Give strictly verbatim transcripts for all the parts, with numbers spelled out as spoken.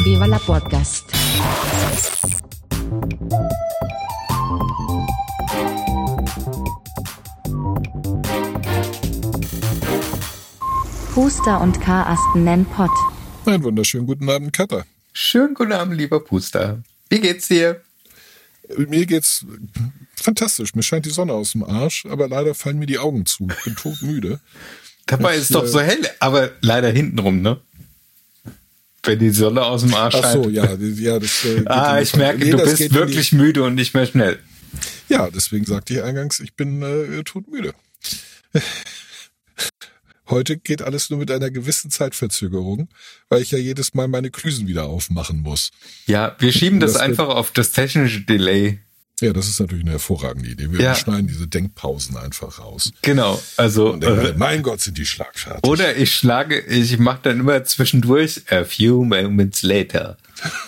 Viva la Podcast. Puster und Karasten nennen Pott. Einen wunderschönen guten Abend, Katha. Schönen guten Abend, lieber Puster. Wie geht's dir? Mir geht's fantastisch. Mir scheint die Sonne aus dem Arsch, aber leider fallen mir die Augen zu. Ich bin todmüde. Dabei ich, ist es doch äh, so hell, aber leider hintenrum, ne? Wenn die Sonne aus dem Arsch scheint. Ach so, ja. ja das, äh, ah, ich merke, nee, du das bist wirklich die... müde und nicht mehr schnell. Ja, deswegen sagte ich eingangs, ich bin äh, todmüde. Heute geht alles nur mit einer gewissen Zeitverzögerung, weil ich ja jedes Mal meine Klüsen wieder aufmachen muss. Ja, wir schieben das, das einfach wird, auf das technische Delay. Ja, das ist natürlich eine hervorragende Idee. Wir ja. schneiden diese Denkpausen einfach raus. Genau, also... Und denken, äh, mein Gott, sind die schlagfertig. Oder ich schlage, ich mache dann immer zwischendurch a few moments later.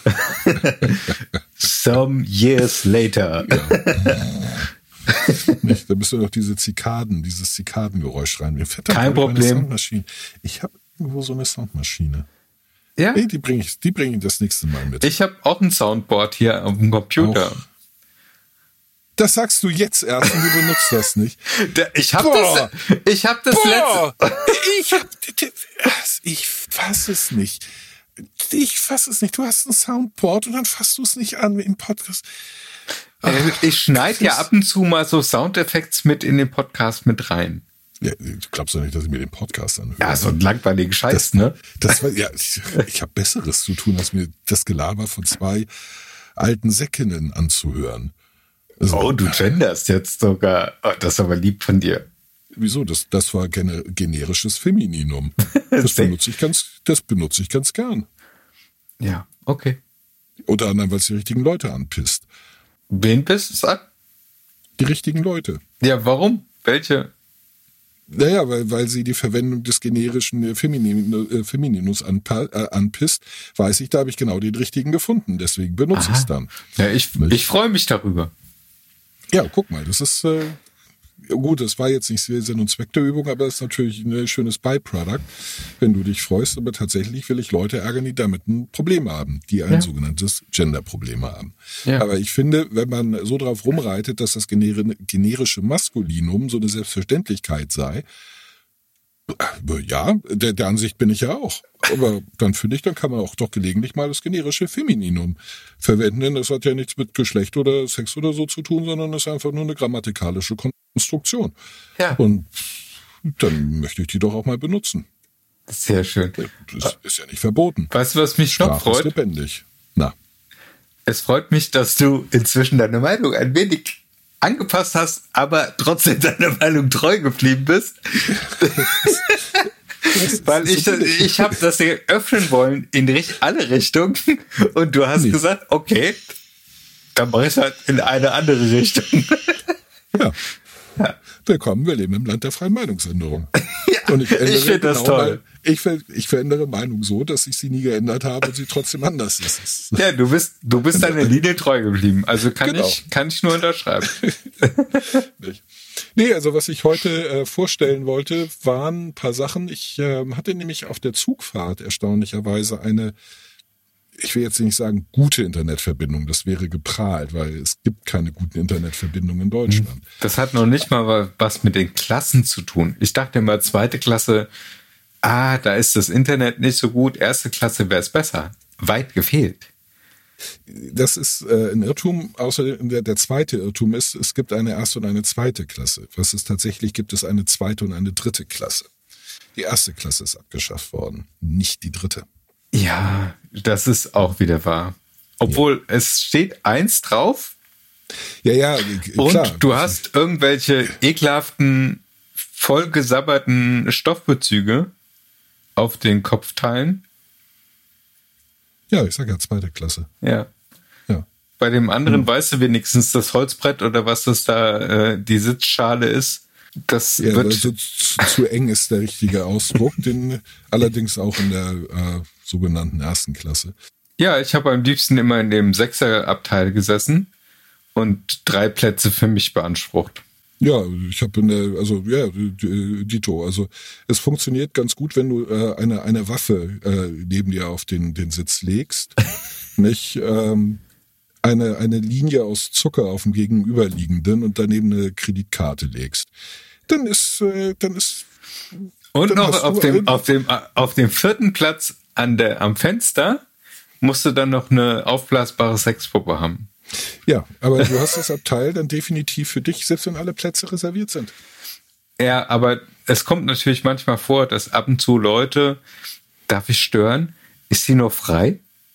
Some years later. Ja. Nicht, da müssen wir noch diese Zikaden, dieses Zikadengeräusch rein. Mir fährt Kein Problem. Soundmaschine. Ich habe irgendwo so eine Soundmaschine. Ja? Nee, die bringe ich, die bringe ich das nächste Mal mit. Ich habe auch ein Soundboard hier auf dem Computer. Auch. Das sagst du jetzt erst und du benutzt das nicht. Ich habe das, ich habe das Boah. letzte. Ich hab, ich fass es nicht. Ich fass es nicht. Du hast ein Soundboard und dann fasst du es nicht an im Podcast. Ach, ich schneide ja ab und zu mal so Soundeffekte mit in den Podcast mit rein. Ja, du glaubst doch nicht, dass ich mir den Podcast anhöre. Ja, so ein langweiligen Scheiß, das, ne? Das war, ja, ich, ich habe Besseres zu tun, als mir das Gelaber von zwei alten Säckinnen anzuhören. Also, oh, du genderst jetzt sogar. Oh, das ist aber lieb von dir. Wieso? Das, das war gener- generisches Femininum. Das benutze ich ganz, das benutze ich ganz gern. Ja, okay. Unter anderem, weil es die richtigen Leute anpisst. Wen pisst es an? Die richtigen Leute. Ja, warum? Welche? Naja, weil, weil sie die Verwendung des generischen Feminin, äh, Femininums anpa- äh, anpisst, weiß ich, da habe ich genau den richtigen gefunden. Deswegen benutze ich es dann. Ja, ich, ich freue mich darüber. Ja, guck mal, das ist äh, gut, das war jetzt nicht Sinn und Zweck der Übung, aber es ist natürlich ein schönes Byproduct, wenn du dich freust. Aber tatsächlich will ich Leute ärgern, die damit ein Problem haben, die ein ja. sogenanntes Gender-Problem haben. Ja. Aber ich finde, wenn man so drauf rumreitet, dass das gener- generische Maskulinum so eine Selbstverständlichkeit sei, ja, der, der Ansicht bin ich ja auch. Aber dann finde ich, dann kann man auch doch gelegentlich mal das generische Femininum verwenden. Denn das hat ja nichts mit Geschlecht oder Sex oder so zu tun, sondern das ist einfach nur eine grammatikalische Konstruktion. Ja. Und dann möchte ich die doch auch mal benutzen. Sehr schön. Das ist ja nicht verboten. Weißt du, was mich noch freut? Ist lebendig. Na. Es freut mich, dass du inzwischen deine Meinung ein wenig angepasst hast, aber trotzdem deiner Meinung treu geblieben bist. Weil ich, ich habe das hier öffnen wollen in alle Richtungen und du hast nee. gesagt, okay, dann mache ich es halt in eine andere Richtung. Ja. Ja. Willkommen, wir leben im Land der freien Meinungsänderung. Ja, und ich, ich finde das genau toll. Mein, ich, ich verändere Meinung so, dass ich sie nie geändert habe und sie trotzdem anders ist. Ja, du bist, du bist deiner Linie treu geblieben. Also kann genau. ich, kann ich nur unterschreiben. Nee, also was ich heute äh, vorstellen wollte, waren ein paar Sachen. Ich äh, hatte nämlich auf der Zugfahrt erstaunlicherweise eine, ich will jetzt nicht sagen gute Internetverbindung, das wäre geprahlt, weil es gibt keine guten Internetverbindungen in Deutschland. Das hat noch nicht mal was mit den Klassen zu tun. Ich dachte immer, zweite Klasse, ah, da ist das Internet nicht so gut, erste Klasse wäre es besser. Weit gefehlt. Das ist äh, ein Irrtum, außerdem der, der zweite Irrtum ist, es gibt eine erste und eine zweite Klasse. Was es tatsächlich gibt, ist eine zweite und eine dritte Klasse. Die erste Klasse ist abgeschafft worden, nicht die dritte. Ja, das ist auch wieder wahr. Obwohl, ja. es steht eins drauf. Ja, ja, klar. Und du hast irgendwelche ekelhaften, vollgesabberten Stoffbezüge auf den Kopfteilen. Ja, ich sag ja zweite Klasse. Ja. Ja. Bei dem anderen hm. weißt du wenigstens das Holzbrett oder was das da, äh, die Sitzschale ist. Das ja, wird also zu, zu eng ist der richtige Ausdruck, den allerdings auch in der äh, sogenannten ersten Klasse. Ja, ich habe am liebsten immer in dem Sechserabteil gesessen und drei Plätze für mich beansprucht. Ja, ich habe in der, also ja, Dito. Also es funktioniert ganz gut, wenn du äh, eine eine Waffe äh, neben dir auf den den Sitz legst, nicht ähm, eine eine Linie aus Zucker auf dem Gegenüberliegenden und daneben eine Kreditkarte legst. Dann ist äh, dann ist Und dann noch auf dem ein, auf dem auf dem vierten Platz an der am Fenster musst du dann noch eine aufblasbare Sexpuppe haben. Ja, aber du hast das Abteil dann definitiv für dich, selbst wenn alle Plätze reserviert sind. Ja, aber es kommt natürlich manchmal vor, dass ab und zu Leute, darf ich stören? Ist sie noch frei?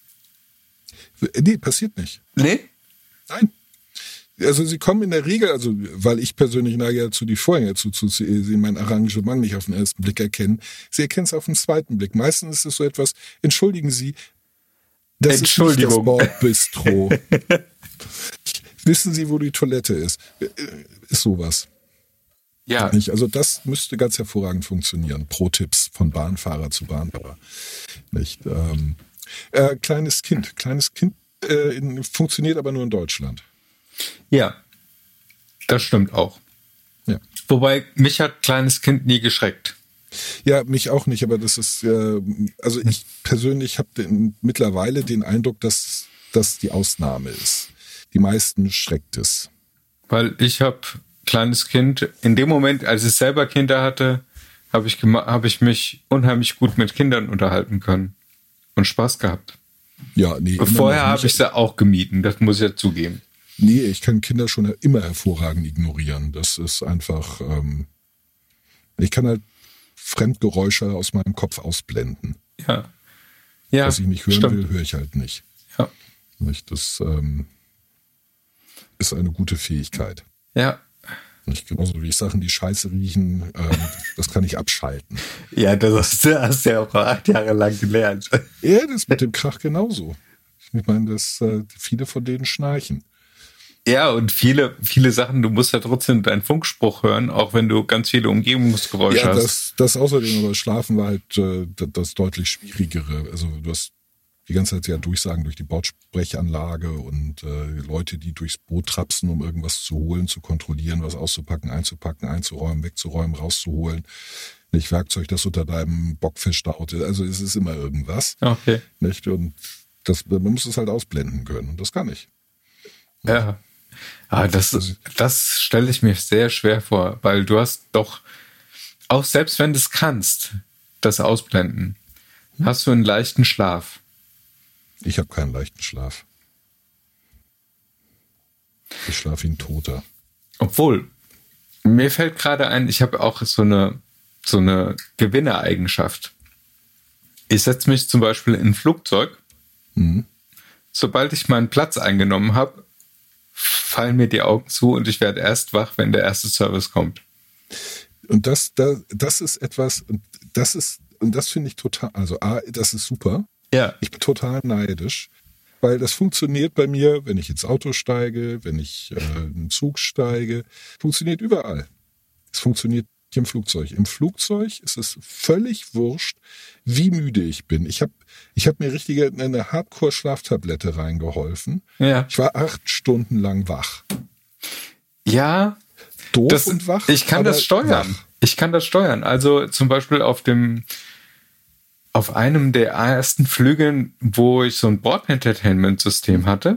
Nee, passiert nicht. Nee? Nein. Also sie kommen in der Regel, also weil ich persönlich neige dazu, die Vorhänge zuzusehen, mein Arrangement nicht auf den ersten Blick erkennen. Sie erkennen es auf den zweiten Blick. Meistens ist es so etwas, entschuldigen Sie, das ist nicht das Bordbistro. Wissen Sie, wo die Toilette ist? Ist sowas. Ja. Nicht? Also das müsste ganz hervorragend funktionieren. Pro-Tipps von Bahnfahrer zu Bahnfahrer. Nicht? Ähm, äh, kleines Kind. Kleines Kind äh, in, funktioniert aber nur in Deutschland. Ja, das stimmt auch. Ja. Wobei, mich hat kleines Kind nie geschreckt. Ja, mich auch nicht, aber das ist, äh, also ich persönlich habe mittlerweile den Eindruck, dass das die Ausnahme ist. Die meisten schreckt es. Weil ich habe kleines Kind, in dem Moment, als ich selber Kinder hatte, habe ich, gema- hab ich mich unheimlich gut mit Kindern unterhalten können und Spaß gehabt. Ja, nee. Und vorher habe ich sie auch gemieden, das muss ich ja zugeben. Nee, ich kann Kinder schon immer hervorragend ignorieren. Das ist einfach, ähm, ich kann halt Fremdgeräusche aus meinem Kopf ausblenden. Ja. Ja, was ich nicht hören stimmt. will, höre ich halt nicht. Ja. Nicht? Das ähm, ist eine gute Fähigkeit. Ja. Nicht? Genauso wie ich Sachen, die scheiße riechen, ähm, das kann ich abschalten. Ja, das hast du, hast du ja auch acht Jahre lang gelernt. Ja, das ist mit dem Krach genauso. Ich meine, dass äh, viele von denen schnarchen. Ja, und viele, viele Sachen, du musst ja trotzdem deinen Funkspruch hören, auch wenn du ganz viele Umgebungsgeräusche ja, hast. Das, das außerdem, aber Schlafen war halt äh, das deutlich Schwierigere. Also du hast die ganze Zeit ja Durchsagen durch die Bordsprechanlage und äh, Leute, die durchs Boot trapsen, um irgendwas zu holen, zu kontrollieren, was auszupacken, einzupacken, einzuräumen, wegzuräumen, rauszuholen. Nicht Werkzeug, das unter deinem Bockfisch staut. Also es ist immer irgendwas. Okay. Nicht? Und das, man muss es halt ausblenden können. Und das kann ich. Ja. Ah, das, das stelle ich mir sehr schwer vor, weil du hast doch, auch selbst wenn du es kannst, das Ausblenden, hm? hast du einen leichten Schlaf. Ich habe keinen leichten Schlaf. Ich schlafe wie ein Toter. Obwohl, mir fällt gerade ein, ich habe auch so eine, so eine Gewinnereigenschaft. Ich setze mich zum Beispiel in ein Flugzeug. Mhm. Sobald ich meinen Platz eingenommen habe, fallen mir die Augen zu und ich werde erst wach, wenn der erste Service kommt. Und das, das, das ist etwas, das ist, und das finde ich total, also A, das ist super. Ja. Ich bin total neidisch, weil das funktioniert bei mir, wenn ich ins Auto steige, wenn ich äh, in den Zug steige, funktioniert überall. Es funktioniert nicht im Flugzeug. Im Flugzeug ist es völlig wurscht, wie müde ich bin. Ich habe ich hab mir richtige eine Hardcore-Schlaftablette reingeholfen. Ja. Ich war acht Stunden lang wach. Ja. Doof das, und wach. Ich kann das steuern. Wach. Ich kann das steuern. Also zum Beispiel auf dem, auf einem der ersten Flüge, wo ich so ein Board-Entertainment-System hatte,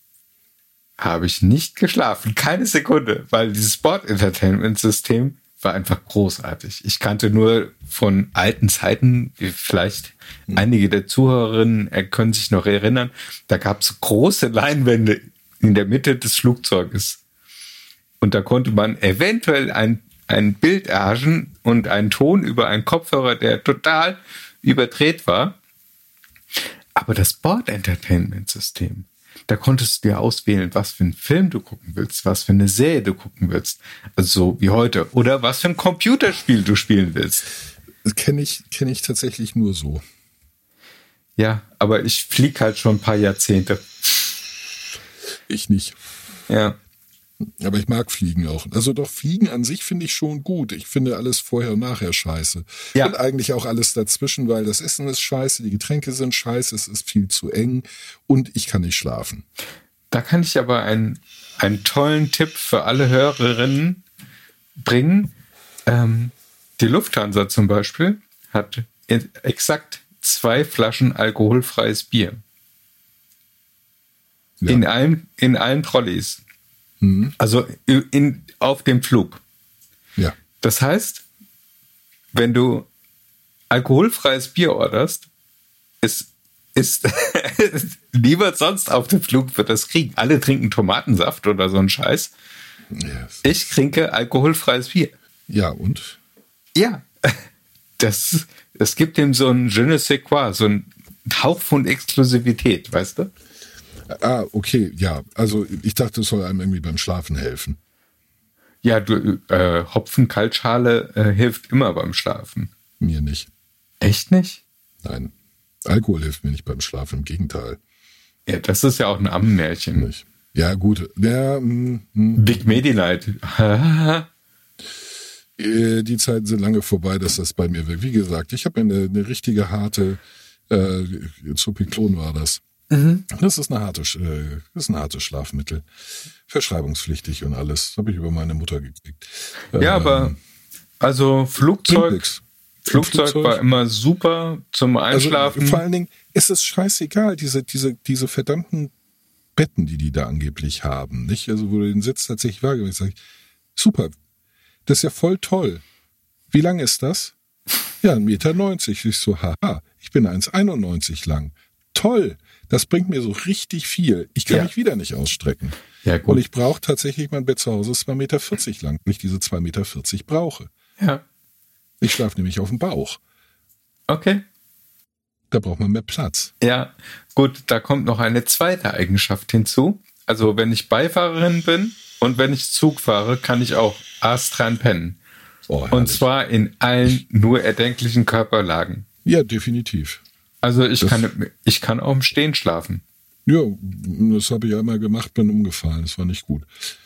habe ich nicht geschlafen. Keine Sekunde, weil dieses Board-Entertainment-System war einfach großartig. Ich kannte nur von alten Zeiten, vielleicht mhm. einige der Zuhörerinnen können sich noch erinnern, da gab es große Leinwände in der Mitte des Flugzeuges. Und da konnte man eventuell ein, ein Bild erhaschen und einen Ton über einen Kopfhörer, der total überdreht war. Aber das Board-Entertainment-System, da konntest du dir auswählen, was für einen Film du gucken willst, was für eine Serie du gucken willst. Also so wie heute. Oder was für ein Computerspiel du spielen willst. Das kenne ich, kenn ich tatsächlich nur so. Ja, aber ich fliege halt schon ein paar Jahrzehnte. Ich nicht. Ja. Aber ich mag Fliegen auch. Also doch, Fliegen an sich finde ich schon gut. Ich finde alles vorher und nachher scheiße. Ja. Und eigentlich auch alles dazwischen, weil das Essen ist scheiße, die Getränke sind scheiße, es ist viel zu eng und ich kann nicht schlafen. Da kann ich aber einen, einen tollen Tipp für alle Hörerinnen bringen. Ähm, die Lufthansa zum Beispiel hat exakt zwei Flaschen alkoholfreies Bier. Ja. In allen, in allen Trolleys. Mhm. Also in, auf dem Flug. Ja. Das heißt, wenn du alkoholfreies Bier orderst, ist, ist niemand sonst auf dem Flug wird das kriegen. Alle trinken Tomatensaft oder so einen Scheiß. Yes. Ich trinke alkoholfreies Bier. Ja, und? Ja. Das, das gibt ihm so ein je ne sais quoi, so ein Hauch von Exklusivität, weißt du? Ah, okay, ja. Also ich dachte, es soll einem irgendwie beim Schlafen helfen. Ja, du, äh, Hopfen-Kaltschale äh, hilft immer beim Schlafen. Mir nicht. Echt nicht? Nein. Alkohol hilft mir nicht beim Schlafen, im Gegenteil. Ja, das ist ja auch ein Ammenmärchen. Nicht. Ja, gut. Ja, mm, mm. Big Medi-Night. Die Zeiten sind lange vorbei, dass das bei mir wirkt. Wie gesagt, ich habe eine, eine richtige harte, äh, Zopiklon war das. Mhm. Das ist eine harte, äh, das ist ein hartes Schlafmittel. Verschreibungspflichtig und alles. Das habe ich über meine Mutter gekriegt. Ja, ähm, aber also Flugzeug, Flugzeug, Flugzeug war immer super zum Einschlafen. Also, vor allen Dingen ist es scheißegal, diese, diese, diese verdammten Betten, die die da angeblich haben, nicht? Also, wo du den Sitz tatsächlich waagerecht sagst, super, das ist ja voll toll. Wie lang ist das? Ja, ein Meter neunzig. Ich so, haha, ich bin eins einundneunzig lang. Toll, das bringt mir so richtig viel. Ich kann ja. mich wieder nicht ausstrecken. Ja, gut. Und ich brauche tatsächlich, mein Bett zu Hause ist zwei Meter vierzig lang, weil ich diese zwei Meter vierzig brauche. Ja. Ich schlafe nämlich auf dem Bauch. Okay. Da braucht man mehr Platz. Ja, gut, da kommt noch eine zweite Eigenschaft hinzu. Also wenn ich Beifahrerin bin und wenn ich Zug fahre, kann ich auch astrein pennen. Oh, und zwar in allen nur erdenklichen Körperlagen. Ja, definitiv. Also ich das, kann ich kann auch im Stehen schlafen. Ja, das habe ich ja einmal gemacht, bin umgefallen. Das war nicht gut.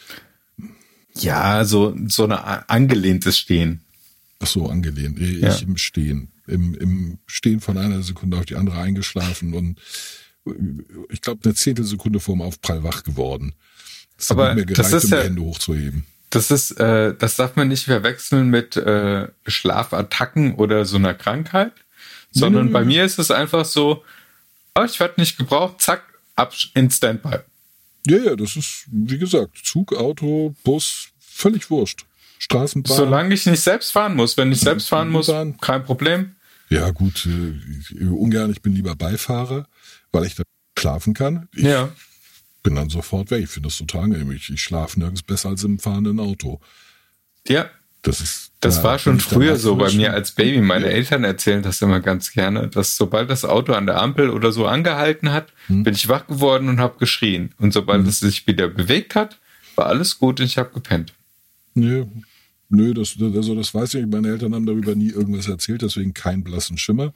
Ja, so, so ein angelehntes Stehen. Ach so, angelehnt. Ich ja. im Stehen. Im, Im Stehen von einer Sekunde auf die andere eingeschlafen und ich glaube eine Zehntelsekunde vor dem Aufprall wach geworden. Das hat Aber nicht mehr gereicht, das ist um die ja, Hände hochzuheben. Das ist, äh, das darf man nicht verwechseln mit äh, Schlafattacken oder so einer Krankheit, sondern nee, nee, nee. Bei mir ist es einfach so, oh, ich werde nicht gebraucht, zack, ab in Standby. Ja, ja, das ist, wie gesagt, Zug, Auto, Bus, völlig wurscht. Straßenbahn. Solange ich nicht selbst fahren muss. Wenn ich selbst fahren muss, kein Problem. Ja, gut, äh, ungern, ich bin lieber Beifahrer, weil ich da schlafen kann. Ich ja. bin dann sofort weg. Ich finde das total angenehm. Ich, ich schlafe nirgends besser als im fahrenden Auto. Ja. Das ist. Das ja, war schon früher so bei mir als Baby. Meine ja. Eltern erzählen das immer ganz gerne, dass sobald das Auto an der Ampel oder so angehalten hat, hm. bin ich wach geworden und habe geschrien. Und sobald hm. es sich wieder bewegt hat, war alles gut und ich habe gepennt. Nö, nö, das, also das weiß ich nicht. Meine Eltern haben darüber nie irgendwas erzählt, deswegen keinen blassen Schimmer.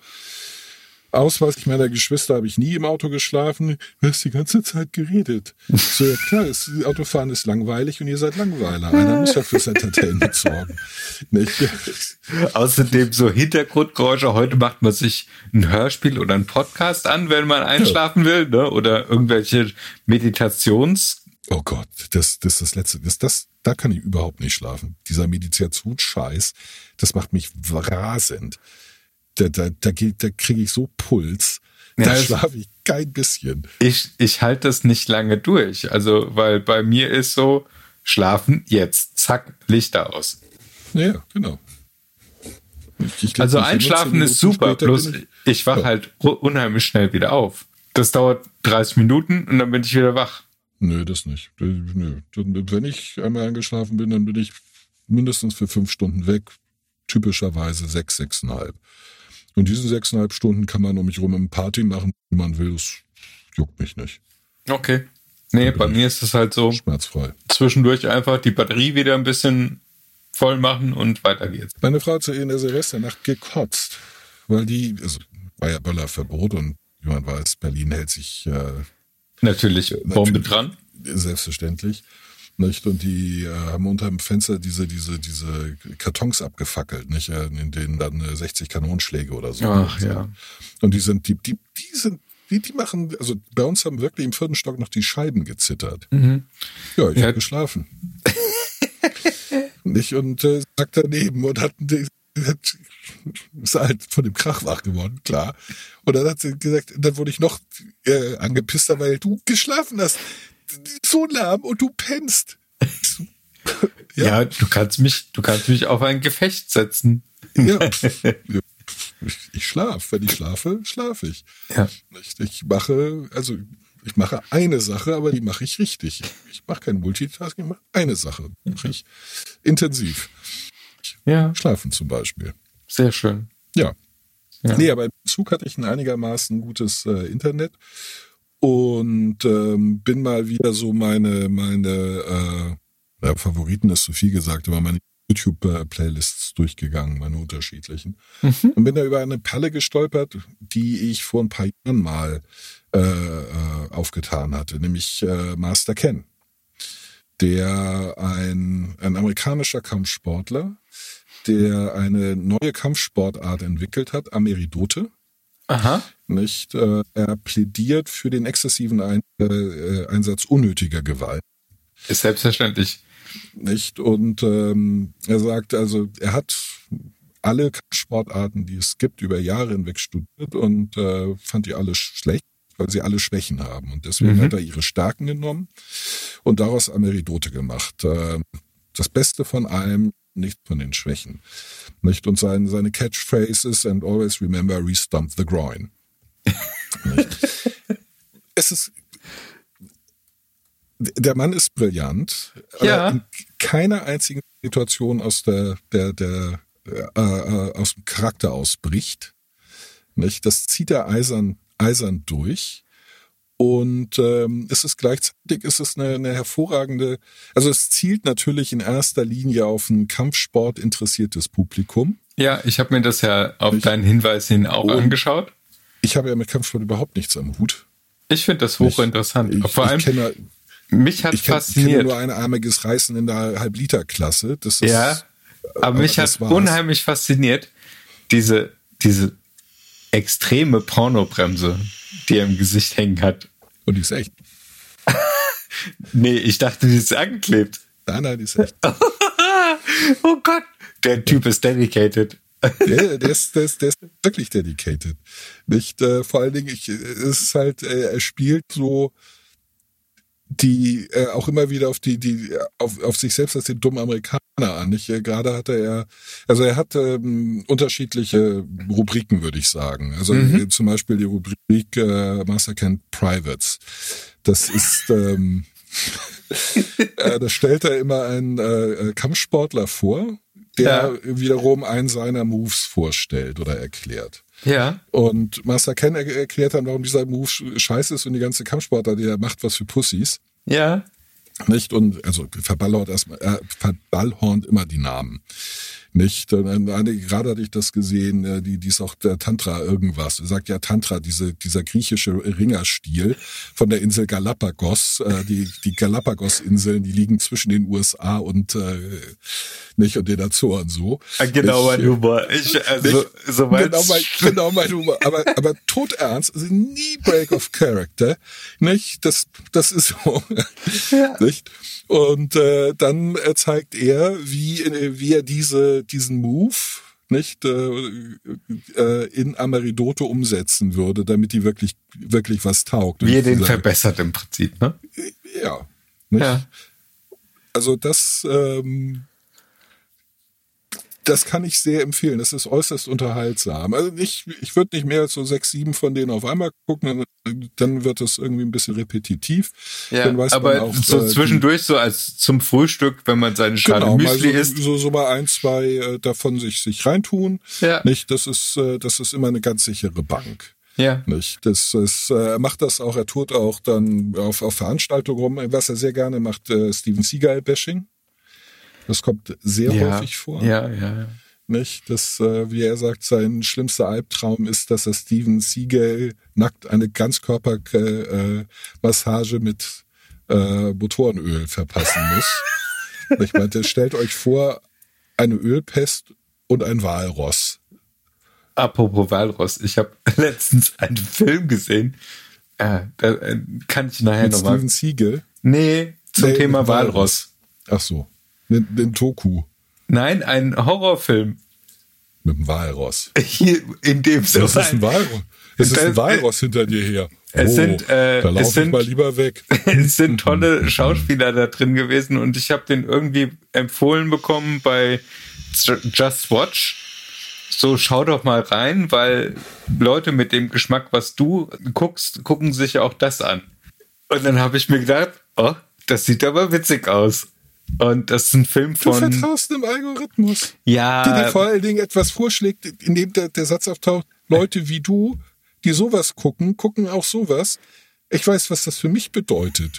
Ausweis meiner Geschwister habe ich nie im Auto geschlafen. Du hast die ganze Zeit geredet. So, ja klar, das Autofahren ist langweilig und ihr seid Langweiler. Einer muss ja fürs Entertainment sorgen. Nicht? Außerdem so Hintergrundgeräusche. Heute macht man sich ein Hörspiel oder einen Podcast an, wenn man einschlafen ja. will, ne? Oder irgendwelche Meditations- Oh Gott, das, das ist das Letzte. Das, das, da kann ich überhaupt nicht schlafen. Dieser Meditationsscheiß, das macht mich rasend. Da, da, da, geht, da kriege ich so Puls, da ja, schlafe ich kein bisschen. Ich, ich halte das nicht lange durch. Also, weil bei mir ist so, schlafen jetzt, zack, Lichter aus. Ja, genau. Ich, ich also einschlafen ist super, bloß ich, ich wach ja. halt unheimlich schnell wieder auf. Das dauert dreißig Minuten und dann bin ich wieder wach. Nö, das nicht. Nö. Wenn ich einmal eingeschlafen bin, dann bin ich mindestens für fünf Stunden weg. Typischerweise sechs, sechseinhalb. Und diese sechseinhalb Stunden kann man um mich rum eine Party machen, wie man will. Das juckt mich nicht. Okay. Nee, bei mir ist es halt so. Schmerzfrei. Zwischendurch einfach die Batterie wieder ein bisschen voll machen und weiter geht's. Meine Frau hat zu ihr in der Silvesternacht gekotzt. Weil die, also war ja Böllerverbot und wie man weiß, Berlin hält sich äh, natürlich Bombe natürlich, dran. Selbstverständlich. Nicht? Und die äh, haben unter dem Fenster diese, diese, diese Kartons abgefackelt, nicht? In denen dann äh, sechzig Kanonenschläge oder so. Ach, ja. Und die sind, die, die, die sind, die, die machen, also bei uns haben wirklich im vierten Stock noch die Scheiben gezittert. Mhm. Ja, ich ja. habe geschlafen. Nicht? Und äh, sagt daneben und hat, hat ist halt von dem Krach wach geworden, klar. Und dann hat sie gesagt, dann wurde ich noch äh, angepisster, weil du geschlafen hast. So lahm und du pennst. Ja, ja du kannst mich, du kannst mich auf ein Gefecht setzen. Ja. Ich, ich schlafe. Wenn ich schlafe, schlafe ich. Ja. Ich, ich mache, also ich mache eine Sache, aber die mache ich richtig. Ich mache kein Multitasking, ich mache eine Sache. Mache ich intensiv. Ja. Schlafen zum Beispiel. Sehr schön. Ja. ja. Nee, aber im Zug hatte ich ein einigermaßen gutes äh, Internet und ähm, bin mal wieder so meine, meine äh, ja, Favoriten ist zu viel gesagt, aber meine YouTube-Playlists durchgegangen, meine unterschiedlichen. Mhm. Und bin da über eine Perle gestolpert, die ich vor ein paar Jahren mal äh, äh, aufgetan hatte, nämlich äh, Master Ken. Der ein, ein amerikanischer Kampfsportler, der eine neue Kampfsportart entwickelt hat, Ameridote. Aha. Nicht? Äh, er plädiert für den exzessiven Ein- äh, Einsatz unnötiger Gewalt. Ist selbstverständlich. Nicht? Und ähm, er sagt also, er hat alle Kampfsportarten, die es gibt, über Jahre hinweg studiert und äh, fand die alle schlecht, weil sie alle Schwächen haben. Und deswegen mhm. hat er ihre Stärken genommen und daraus Ameridote gemacht. Äh, das Beste von allem, nicht von den Schwächen. Nicht? Und sein, seine Catchphrase ist, and always remember, re-stomp the groin. Es ist, der Mann ist brillant, ja. aber in keiner einzigen Situation aus der, der, der, äh, äh, aus dem Charakter ausbricht. Nicht? Das zieht er eisern, eisern durch. Und ähm, es ist gleichzeitig ist es eine, eine hervorragende, also es zielt natürlich in erster Linie auf ein Kampfsport interessiertes Publikum. Ja, ich habe mir das ja auf ich, deinen Hinweis hin auch angeschaut. Ich habe ja mit Kampfsport überhaupt nichts am Hut. Ich finde das hochinteressant. Ich, ich, Vor allem, ich kenne, mich hat ich kenn, fasziniert. Ich kenne nur einarmiges Reißen in der Halbliterklasse. Das ist, ja, aber mich hat war's. unheimlich fasziniert, diese, diese extreme Pornobremse, die er im Gesicht hängen hat. Und die ist echt. Nee, ich dachte, die ist angeklebt. Nein, nein, die ist echt. Oh Gott, der Typ ist dedicated. Der, der, ist, der, ist, der ist wirklich dedicated. Nicht, äh, vor allen Dingen, ich, es ist halt, äh, er spielt so die äh, auch immer wieder auf die die auf, auf sich selbst als den dummen Amerikaner an. Nicht? Äh, gerade hatte er, also er hat ähm, unterschiedliche Rubriken, würde ich sagen. Also mhm. äh, zum Beispiel die Rubrik äh, Master Ken Privates. Das ist ähm, äh, da stellt er immer einen äh, Kampfsportler vor, der ja. wiederum einen seiner Moves vorstellt oder erklärt. Ja. Und Master Ken er- erklärt dann, warum dieser Move scheiße ist und die ganze Kampfsportler, die er macht, was für Pussys. Ja. Nicht? Und also verballhornt erstmal, er verballhornt immer die Namen. Nicht? Und eine, gerade hatte ich das gesehen, die, die ist auch der Tantra irgendwas. Er sagt ja Tantra, diese, dieser griechische Ringerstil von der Insel Galapagos. Die, die Galapagos-Inseln, die liegen zwischen den U S A und äh, nicht und den Azoren so. Genau mein Humor. Ich, also, nicht, so genau, mein, genau mein Humor. Aber, aber todernst, also nie Break of Character. Nicht? Das, das ist so. Ja. Nicht? Und äh, dann äh, zeigt er, wie, wie er diese, diesen Move nicht äh, äh, in Ameridote umsetzen würde, damit die wirklich wirklich was taugt. Wie er den dieser, verbessert im Prinzip, ne? Ja. Nicht? Ja. Also das ähm, das kann ich sehr empfehlen. Das ist äußerst unterhaltsam. Also nicht, ich würde nicht mehr als so sechs, sieben von denen auf einmal gucken, dann wird das irgendwie ein bisschen repetitiv. Ja, dann weiß aber man auch, so äh, zwischendurch, so als zum Frühstück, wenn man seine Schale genau, Müsli mal so, isst. So, so mal ein, zwei äh, davon sich, sich reintun. Ja. Nicht? Das ist, äh, das ist immer eine ganz sichere Bank. Ja. Nicht? Das ist, äh, er macht das auch, er tut auch dann auf, auf Veranstaltungen rum, was er sehr gerne macht, äh, Steven Seagal-Bashing. Das kommt sehr ja, häufig vor. Ja, ja. Nicht? Das, äh, wie er sagt, sein schlimmster Albtraum ist, dass er Steven Seagal nackt eine Ganzkörpermassage äh, mit äh, Motorenöl verpassen muss. Ich meinte, stellt euch vor, eine Ölpest und ein Walross. Apropos Walross, ich habe letztens einen Film gesehen. Äh, da äh, kann ich nachher nochmal. Steven Seagal? Nee, zum nee, Thema Walross. Ach so. Den, den Toku. Nein, ein Horrorfilm. Mit dem Walross. Hier, in dem so Das ist ein Walross. Es ist ein Walross hinter dir her. Es oh, sind, äh, da es laufe ich sind, mal lieber weg. Es sind tolle Schauspieler da drin gewesen und ich habe den irgendwie empfohlen bekommen bei Just Watch. So, schau doch mal rein, weil Leute mit dem Geschmack, was du guckst, gucken sich auch das an. Und dann habe ich mir gedacht, oh, das sieht aber witzig aus. Und das ist ein Film von... Du vertraust dem Algorithmus. Ja. Der dir vor allen Dingen etwas vorschlägt, in dem der, der Satz auftaucht, Leute wie du, die sowas gucken, gucken auch sowas. Ich weiß, was das für mich bedeutet.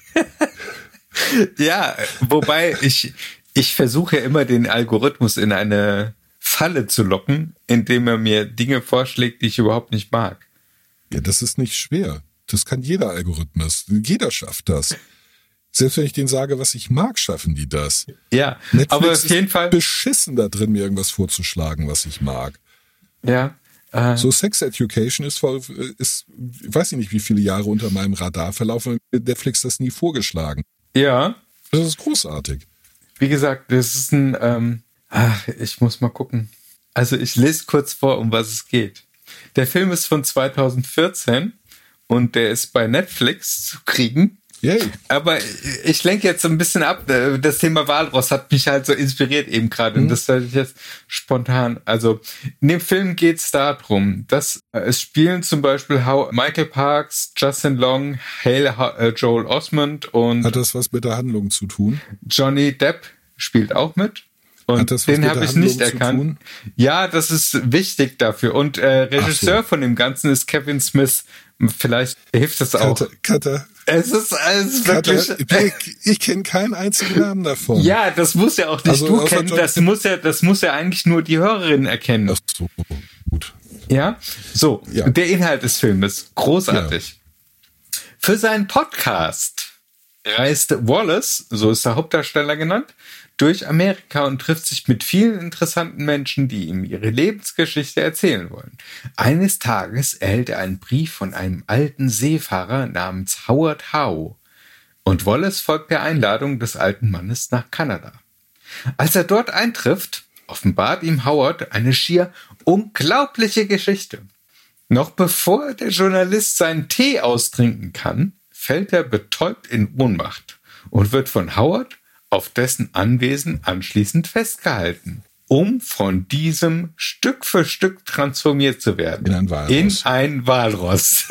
Ja, wobei ich, ich versuche immer den Algorithmus in eine Falle zu locken, indem er mir Dinge vorschlägt, die ich überhaupt nicht mag. Ja, das ist nicht schwer. Das kann jeder Algorithmus. Jeder schafft das. Selbst wenn ich denen sage, was ich mag, schaffen die das. Ja, Netflix aber auf jeden ist Fall beschissen da drin, mir irgendwas vorzuschlagen, was ich mag. Ja. Äh, So Sex Education ist, voll, ist, weiß ich nicht, wie viele Jahre unter meinem Radar verlaufen, mit Netflix das nie vorgeschlagen. ja, Das ist großartig. wie gesagt, das ist ein, ähm, ach, ich muss mal gucken. Also ich lese kurz vor, um was es geht. Der Film ist von zweitausendvierzehn und der ist bei Netflix zu kriegen. Yay. Aber ich lenke jetzt so ein bisschen ab. Das Thema Walross hat mich halt so inspiriert eben gerade. Mhm. Und das werde ich jetzt spontan. Also in dem Film geht es darum, dass es spielen zum Beispiel Michael Parks, Justin Long, Hale Joel Osment und... Hat das was mit der Handlung zu tun? Johnny Depp spielt auch mit. Und den habe ich nicht erkannt. Ja, das ist wichtig dafür. Und äh, Regisseur so. von dem Ganzen ist Kevin Smith. Vielleicht hilft das auch. Cutter, Cutter. Es ist, es ist wirklich... Ich, ich kenne keinen einzigen Namen davon. Ja, das muss ja auch nicht also, du kennen. Das muss ja, das muss ja eigentlich nur die Hörerin erkennen. Ach so, gut. Ja, so. Ja. Der Inhalt des Filmes. Großartig. Ja. Für seinen Podcast reist Wallace, so ist der Hauptdarsteller genannt, durch Amerika und trifft sich mit vielen interessanten Menschen, die ihm ihre Lebensgeschichte erzählen wollen. Eines Tages erhält er einen Brief von einem alten Seefahrer namens Howard Howe und Wallace folgt der Einladung des alten Mannes nach Kanada. Als er dort eintrifft, offenbart ihm Howard eine schier unglaubliche Geschichte. Noch bevor der Journalist seinen Tee austrinken kann, fällt er betäubt in Ohnmacht und wird von Howard auf dessen Anwesen anschließend festgehalten, um von diesem Stück für Stück transformiert zu werden. In ein Walross. In ein Walross.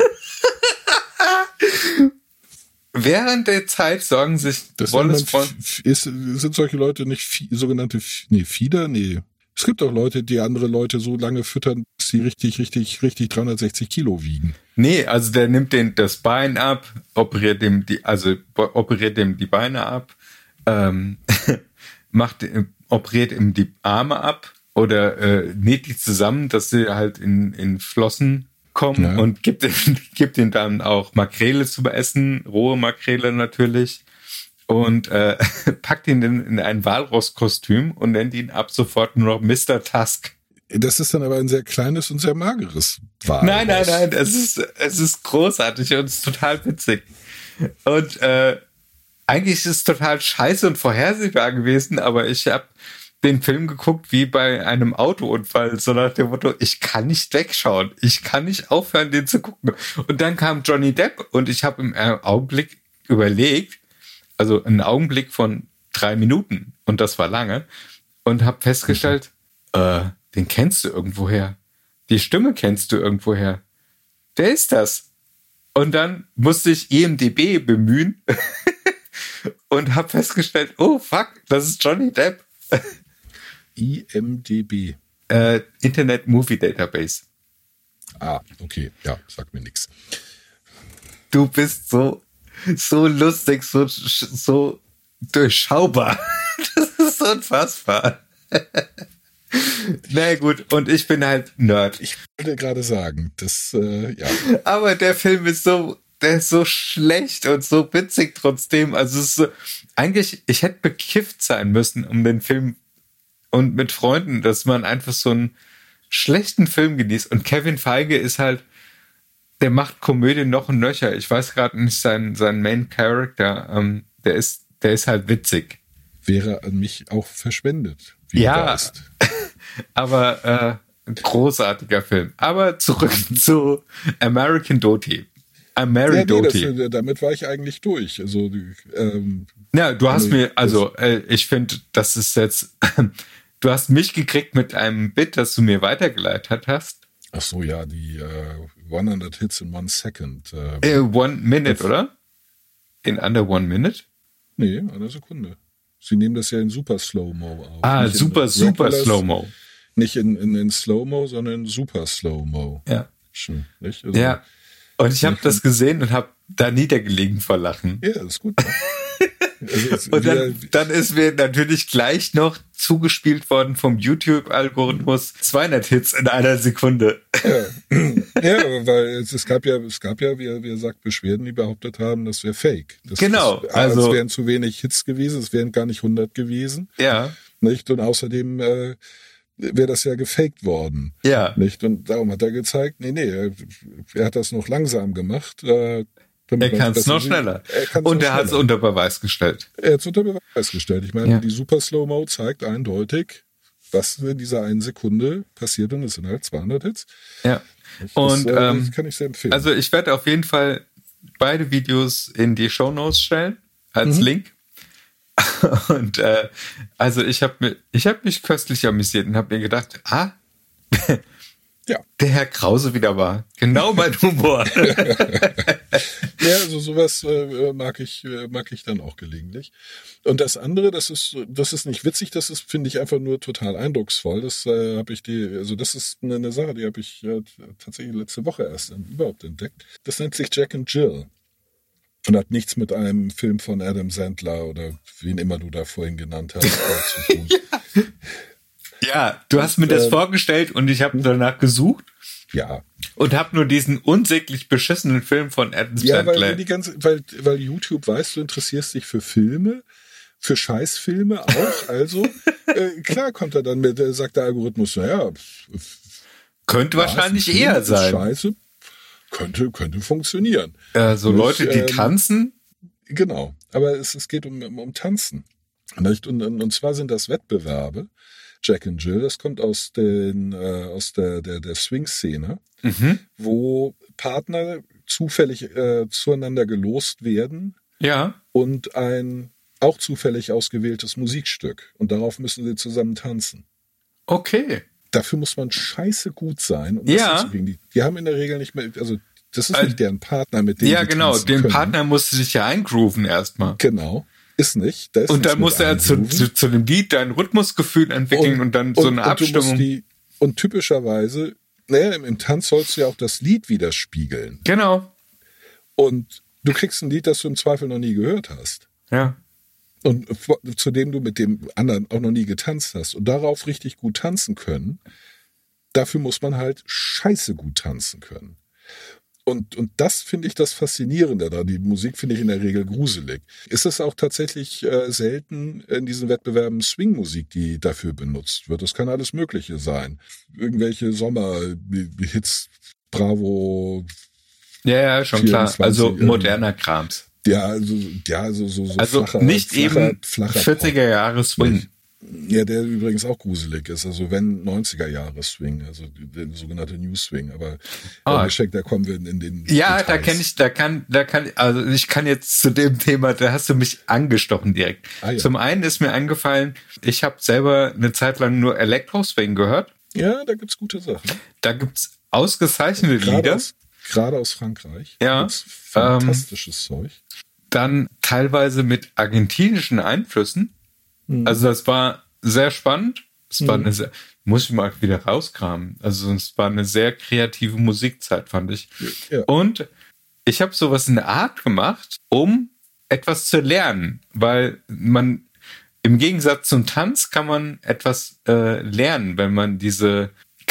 Während der Zeit sorgen sich das Wallace von... Ist, sind solche Leute nicht sogenannte nee, Fieder? Nee. Es gibt auch Leute, die andere Leute so lange füttern, dass sie richtig, richtig, richtig dreihundertsechzig Kilo wiegen. Nee, also der nimmt den das Bein ab, operiert dem die, also operiert dem die Beine ab, ähm, macht, operiert ihm die Arme ab oder äh, näht die zusammen, dass sie halt in, in Flossen kommen ja. und gibt, gibt ihm dann auch Makrele zu essen, rohe Makrele natürlich und äh, packt ihn in, in ein Walross-Kostüm und nennt ihn ab sofort nur noch Mister Tusk. Das ist dann aber ein sehr kleines und sehr mageres Walross. Nein, nein, nein, es ist, es ist großartig und es ist total witzig. Und äh, eigentlich ist es total scheiße und vorhersehbar gewesen, aber ich habe den Film geguckt wie bei einem Autounfall, so nach dem Motto, ich kann nicht wegschauen, ich kann nicht aufhören, den zu gucken. Und dann kam Johnny Depp und ich habe im Augenblick überlegt, also einen Augenblick von drei Minuten, und das war lange, und habe festgestellt, mhm. äh, den kennst du irgendwoher. Die Stimme kennst du irgendwoher. Wer ist das? Und dann musste ich I M D B bemühen und habe festgestellt, oh fuck, das ist Johnny Depp. I M D B. Äh, Internet Movie Database. Ah, okay. Ja, sagt mir nichts. Du bist so, so lustig, so, so durchschaubar. Das ist unfassbar. Na naja, gut, und ich bin halt Nerd. Ich wollte gerade sagen, das, äh, ja. Aber der Film ist so, der ist so schlecht und so witzig trotzdem. Also es ist so, eigentlich, ich hätte bekifft sein müssen, um den Film und mit Freunden, dass man einfach so einen schlechten Film genießt. Und Kevin Feige ist halt, der macht Komödie noch und nöcher. Ich weiß gerade nicht seinen, seinen Main Character. Ähm, der ist, der ist halt witzig. Wäre an mich auch verschwendet. wie ja, du weißt. aber äh, ein großartiger Film. Aber zurück zu American Doty. Mary ja, nee, Doty. das, damit war ich eigentlich durch. Also, ähm, ja, du hast also, mir, also äh, ich finde, das ist jetzt, du hast mich gekriegt mit einem Bit, das du mir weitergeleitet hast. Ach so, ja, die äh, hundert Hits in one second. Äh, äh, one minute, oder? In under one minute? Nee, eine Sekunde. Sie nehmen das ja in super Slow-Mo auf. Ah, nicht super, super Slow-Mo. Nicht in, in, in Slow-Mo, sondern in super Slow-Mo. Ja. Schön, nicht? Also, ja. Und ich habe das gesehen und habe da niedergelegen vor Lachen. Ja, das ist gut. Ne? Also und dann, dann ist mir natürlich gleich noch zugespielt worden vom YouTube-Algorithmus zweihundert Hits in einer Sekunde. Ja, ja, weil es, es gab ja, es gab ja, wie, wie er sagt, Beschwerden, die behauptet haben, das wäre Fake. Das, genau. Das, also, es wären zu wenig Hits gewesen, es wären gar nicht hundert gewesen. Ja. Nicht? Und außerdem äh, wäre das ja gefaked worden. Ja. Nicht? Und darum hat er gezeigt, nee, nee, er, er hat das noch langsam gemacht. Äh, Er kann es noch schneller. Er und er hat es unter Beweis gestellt. Er hat es unter Beweis gestellt. Ich meine, ja. die Super Slow-Mo zeigt eindeutig, was in dieser einen Sekunde passiert, und es sind halt zweihundert Hits. Ja. Das, und äh, ähm, das kann ich sehr empfehlen. Also ich werde auf jeden Fall beide Videos in die Shownotes stellen, als mhm. Link. Und äh, also ich habe mir, ich habe mich köstlich amüsiert und habe mir gedacht, ah, ja. der Herr Krause wieder war. Genau mein Humor. Ja, also sowas äh, mag ich äh, mag ich dann auch gelegentlich. Und das andere, das ist das ist nicht witzig, das ist, finde ich, einfach nur total eindrucksvoll. Das äh, habe ich die, also das ist eine, eine Sache, die habe ich äh, tatsächlich letzte Woche erst überhaupt entdeckt. Das nennt sich Jack and Jill und hat nichts mit einem Film von Adam Sandler oder wen immer du da vorhin genannt hast zu tun. Ja, du hast mir das äh, vorgestellt und ich habe danach gesucht. Ja. Und habe nur diesen unsäglich beschissenen Film von Adam ja, Sandler. Ja, weil die ganze, weil, weil YouTube weiß, du interessierst dich für Filme, für Scheißfilme auch. Also äh, klar kommt er dann mit, äh, sagt der Algorithmus, naja, könnte wahrscheinlich eher sein. Scheiße, könnte könnte funktionieren. Äh, so Nicht, Leute, die ähm, tanzen. Genau, aber es, es geht um, um, um Tanzen. Nicht? Und, und, und zwar sind das Wettbewerbe. Jack and Jill, das kommt aus den äh, aus der der der Swing-Szene, mhm. wo Partner zufällig äh, zueinander gelost werden, ja, und ein auch zufällig ausgewähltes Musikstück, und darauf müssen sie zusammen tanzen. Okay. Dafür muss man scheiße gut sein, um ja. das hinzukriegen. Die, die haben in der Regel nicht mehr, also das ist also, nicht deren Partner, mit dem ja sie genau, tanzen den können. Partner musste sich ja eingrooven erstmal. Genau. Ist nicht. Da ist und dann musste er zu, zu, zu dem Lied dein Rhythmusgefühl entwickeln und, und dann so und, eine und Abstimmung. Die, und typischerweise, naja, im, im Tanz sollst du ja auch das Lied widerspiegeln. Genau. Und du kriegst ein Lied, das du im Zweifel noch nie gehört hast. Ja. Und zu dem du mit dem anderen auch noch nie getanzt hast. Und darauf richtig gut tanzen können, dafür muss man halt scheiße gut tanzen können. Und, und das finde ich das Faszinierende da. Die Musik finde ich in der Regel gruselig. Ist es auch tatsächlich äh, selten in diesen Wettbewerben Swing-Musik, die dafür benutzt wird? Das kann alles Mögliche sein. Irgendwelche Sommer-Hits, Bravo. Ja, ja, schon vierundzwanzig, klar. Also moderner Krams. Ja, also, ja, also so, so also flacher, nicht flacher, eben flacher vierziger Jahre Swing. Ja, der übrigens auch gruselig ist. Also wenn neunziger Jahre Swing, also der sogenannte New Swing. Aber ah. geschenkt, da kommen wir in den Ja, Details. da kenne ich, da kann, da kann, also ich kann jetzt zu dem Thema, da hast du mich angestochen direkt. Ah, ja. Zum einen ist mir eingefallen, ich habe selber eine Zeit lang nur Elektro-Swing gehört. Ja, da gibt's gute Sachen. Da gibt's ausgezeichnete gerade Lieder. Aus, gerade aus Frankreich. Ja. Fantastisches ähm, Zeug. Dann teilweise mit argentinischen Einflüssen. Hm. Also das war sehr spannend. Es war hm. eine sehr, muss ich mal wieder rauskramen. Also es war eine sehr kreative Musikzeit, fand ich. Ja. Und ich habe sowas in der Art gemacht, um etwas zu lernen, weil man im Gegensatz zum Tanz kann man etwas äh, lernen, wenn man diese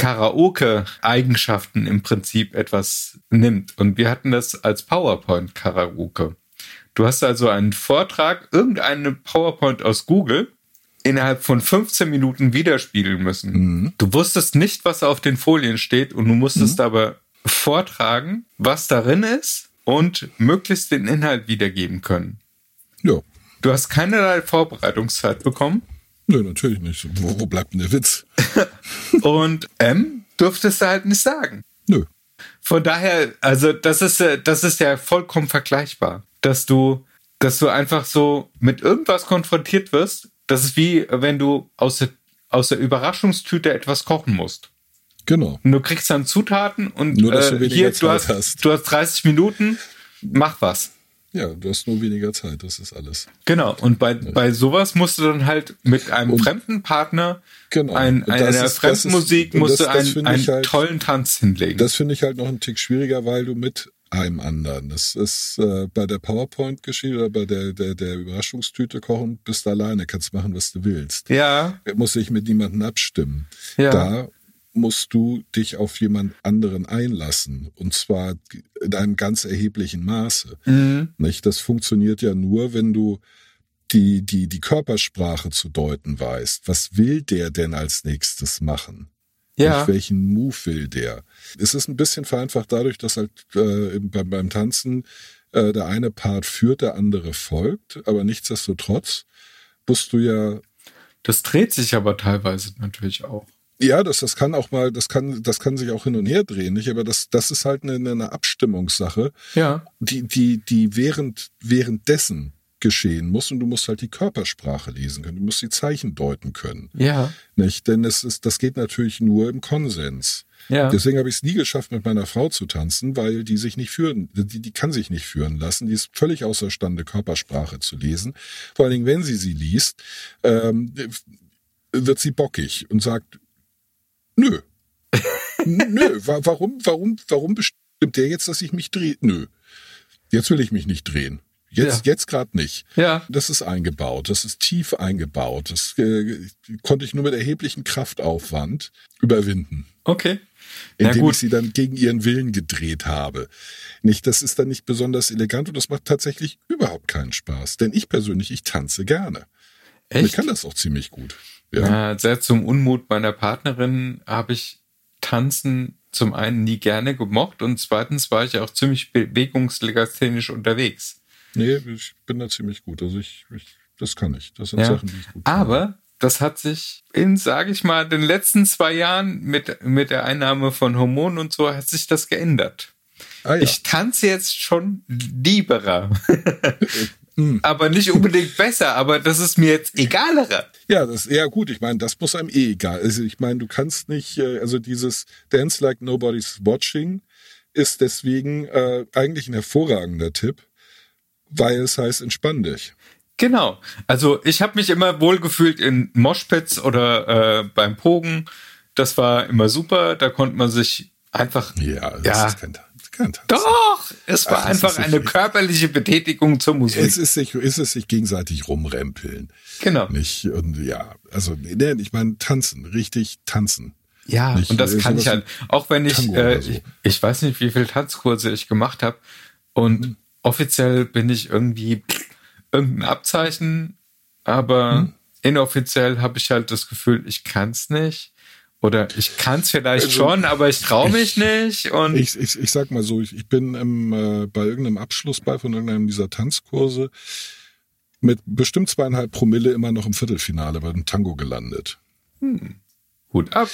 Karaoke-Eigenschaften im Prinzip etwas nimmt. Und wir hatten das als PowerPoint-Karaoke. Du hast also einen Vortrag, irgendeine PowerPoint aus Google, innerhalb von fünfzehn Minuten widerspiegeln müssen. Mhm. Du wusstest nicht, was auf den Folien steht, und du musstest mhm. aber vortragen, was darin ist, und möglichst den Inhalt wiedergeben können. Ja. Du hast keinerlei Vorbereitungszeit bekommen. Nö, natürlich nicht. Wo, wo bleibt denn der Witz? Und M durftest du halt nicht sagen. Nö. Von daher, also das ist, das ist ja vollkommen vergleichbar, dass du, dass du einfach so mit irgendwas konfrontiert wirst. Das ist wie, wenn du aus der, aus der Überraschungstüte etwas kochen musst. Genau. Und du kriegst dann Zutaten und Nur, dass du äh, weniger hier, Zeit du hast, hast. du hast dreißig Minuten, mach was. Ja, du hast nur weniger Zeit, das ist alles. Genau, und bei, ja. bei sowas musst du dann halt mit einem und, fremden Partner, genau. ein, einer Fremdmusik, musst du einen, einen halt, tollen Tanz hinlegen. Das finde ich halt noch einen Tick schwieriger, weil du mit einem anderen, das ist äh, bei der PowerPoint-Geschichte oder bei der, der, der Überraschungstüte kochen, bist du alleine, kannst machen, was du willst. Ja. Muss sich mit niemandem abstimmen. Ja. Da musst du dich auf jemand anderen einlassen. Und zwar in einem ganz erheblichen Maße. Mhm. Nicht? Das funktioniert ja nur, wenn du die, die, die Körpersprache zu deuten weißt. Was will der denn als nächstes machen? Ja. Nicht, welchen Move will der? Es ist ein bisschen vereinfacht dadurch, dass halt äh, beim, beim Tanzen äh, der eine Part führt, der andere folgt. Aber nichtsdestotrotz musst du ja... Das dreht sich aber teilweise natürlich auch. Ja, das, das kann auch mal, das kann, das kann sich auch hin und her drehen, nicht? Aber das, das ist halt eine, eine Abstimmungssache, ja. die, die, die während, währenddessen geschehen muss und du musst halt die Körpersprache lesen können, du musst die Zeichen deuten können. Ja. Nicht? Denn es ist, das geht natürlich nur im Konsens. Ja. Deswegen habe ich es nie geschafft, mit meiner Frau zu tanzen, weil die sich nicht führen, die, die kann sich nicht führen lassen. Die ist völlig außerstande, Körpersprache zu lesen. Vor allen Dingen, wenn sie sie liest, ähm, wird sie bockig und sagt, Nö. Nö. Warum, warum, warum bestimmt der jetzt, dass ich mich drehe? Nö. Jetzt will ich mich nicht drehen. Jetzt, ja. jetzt gerade nicht. Ja. Das ist eingebaut. Das ist tief eingebaut. Das äh, konnte ich nur mit erheblichem Kraftaufwand überwinden. Okay. Indem gut. ich sie dann gegen ihren Willen gedreht habe. Nicht, das ist dann nicht besonders elegant und das macht tatsächlich überhaupt keinen Spaß. Denn ich persönlich, ich tanze gerne. Echt? Ich kann das auch ziemlich gut. Ja. Ja, sehr zum Unmut meiner Partnerin habe ich Tanzen zum einen nie gerne gemocht und zweitens war ich auch ziemlich bewegungslegasthenisch unterwegs. Nee, ich bin da ziemlich gut. Also ich, ich das kann ich. Das sind ja. Sachen, die ich gut kann. Aber das hat sich in, sage ich mal, den letzten zwei Jahren mit, mit der Einnahme von Hormonen und so hat sich das geändert. Ah, ja. Ich tanze jetzt schon lieberer. Aber nicht unbedingt besser, aber das ist mir jetzt egalerer. Ja, das ja gut, ich meine, das muss einem eh egal. Also ich meine, du kannst nicht, also dieses Dance Like Nobody's Watching ist deswegen äh, eigentlich ein hervorragender Tipp, weil es heißt, entspann dich. Genau. Also ich habe mich immer wohlgefühlt in Moshpits oder äh, beim Pogen. Das war immer super. Da konnte man sich einfach... Ja, das ja, ist kein Tanz. Doch, es war Ach, einfach eine sich, körperliche Betätigung zur Musik. Es ist sich, ist es sich gegenseitig rumrempeln. Genau. Nicht, und ja, also, nee, ich meine, tanzen, richtig tanzen. Ja, nicht, und das kann ich halt, auch wenn ich, äh, so. ich, ich weiß nicht, wie viele Tanzkurse ich gemacht habe und mhm. offiziell bin ich irgendwie irgendein Abzeichen, aber mhm. inoffiziell habe ich halt das Gefühl, ich kann es nicht. Oder ich kann es vielleicht also, schon, aber ich traue mich ich, nicht. Und ich, ich, ich sag mal so, ich, ich bin im, äh, bei irgendeinem Abschluss bei von irgendeinem dieser Tanzkurse mit bestimmt zweieinhalb Promille immer noch im Viertelfinale bei dem Tango gelandet. Hm. Hut ab.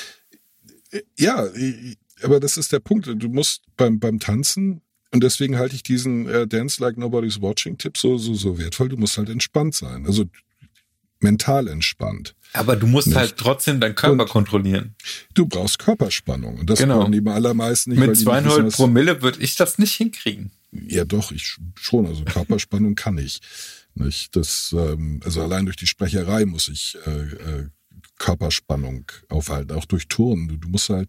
Ja, aber das ist der Punkt. Du musst beim, beim Tanzen, und deswegen halte ich diesen äh, Dance Like Nobody's Watching Tipp so, so, so wertvoll, du musst halt entspannt sein. Also mental entspannt. Aber du musst nicht. halt trotzdem deinen Körper und kontrollieren. Du brauchst Körperspannung. Und das genau. brauchen die allermeisten nicht. Mit zweieinhalb Promille würde ich das nicht hinkriegen. Ja doch, ich schon. Also Körperspannung kann ich. Nicht? Das, ähm, also allein durch die Sprecherei muss ich äh, äh, Körperspannung aufhalten. Auch durch Turnen. Du, du musst halt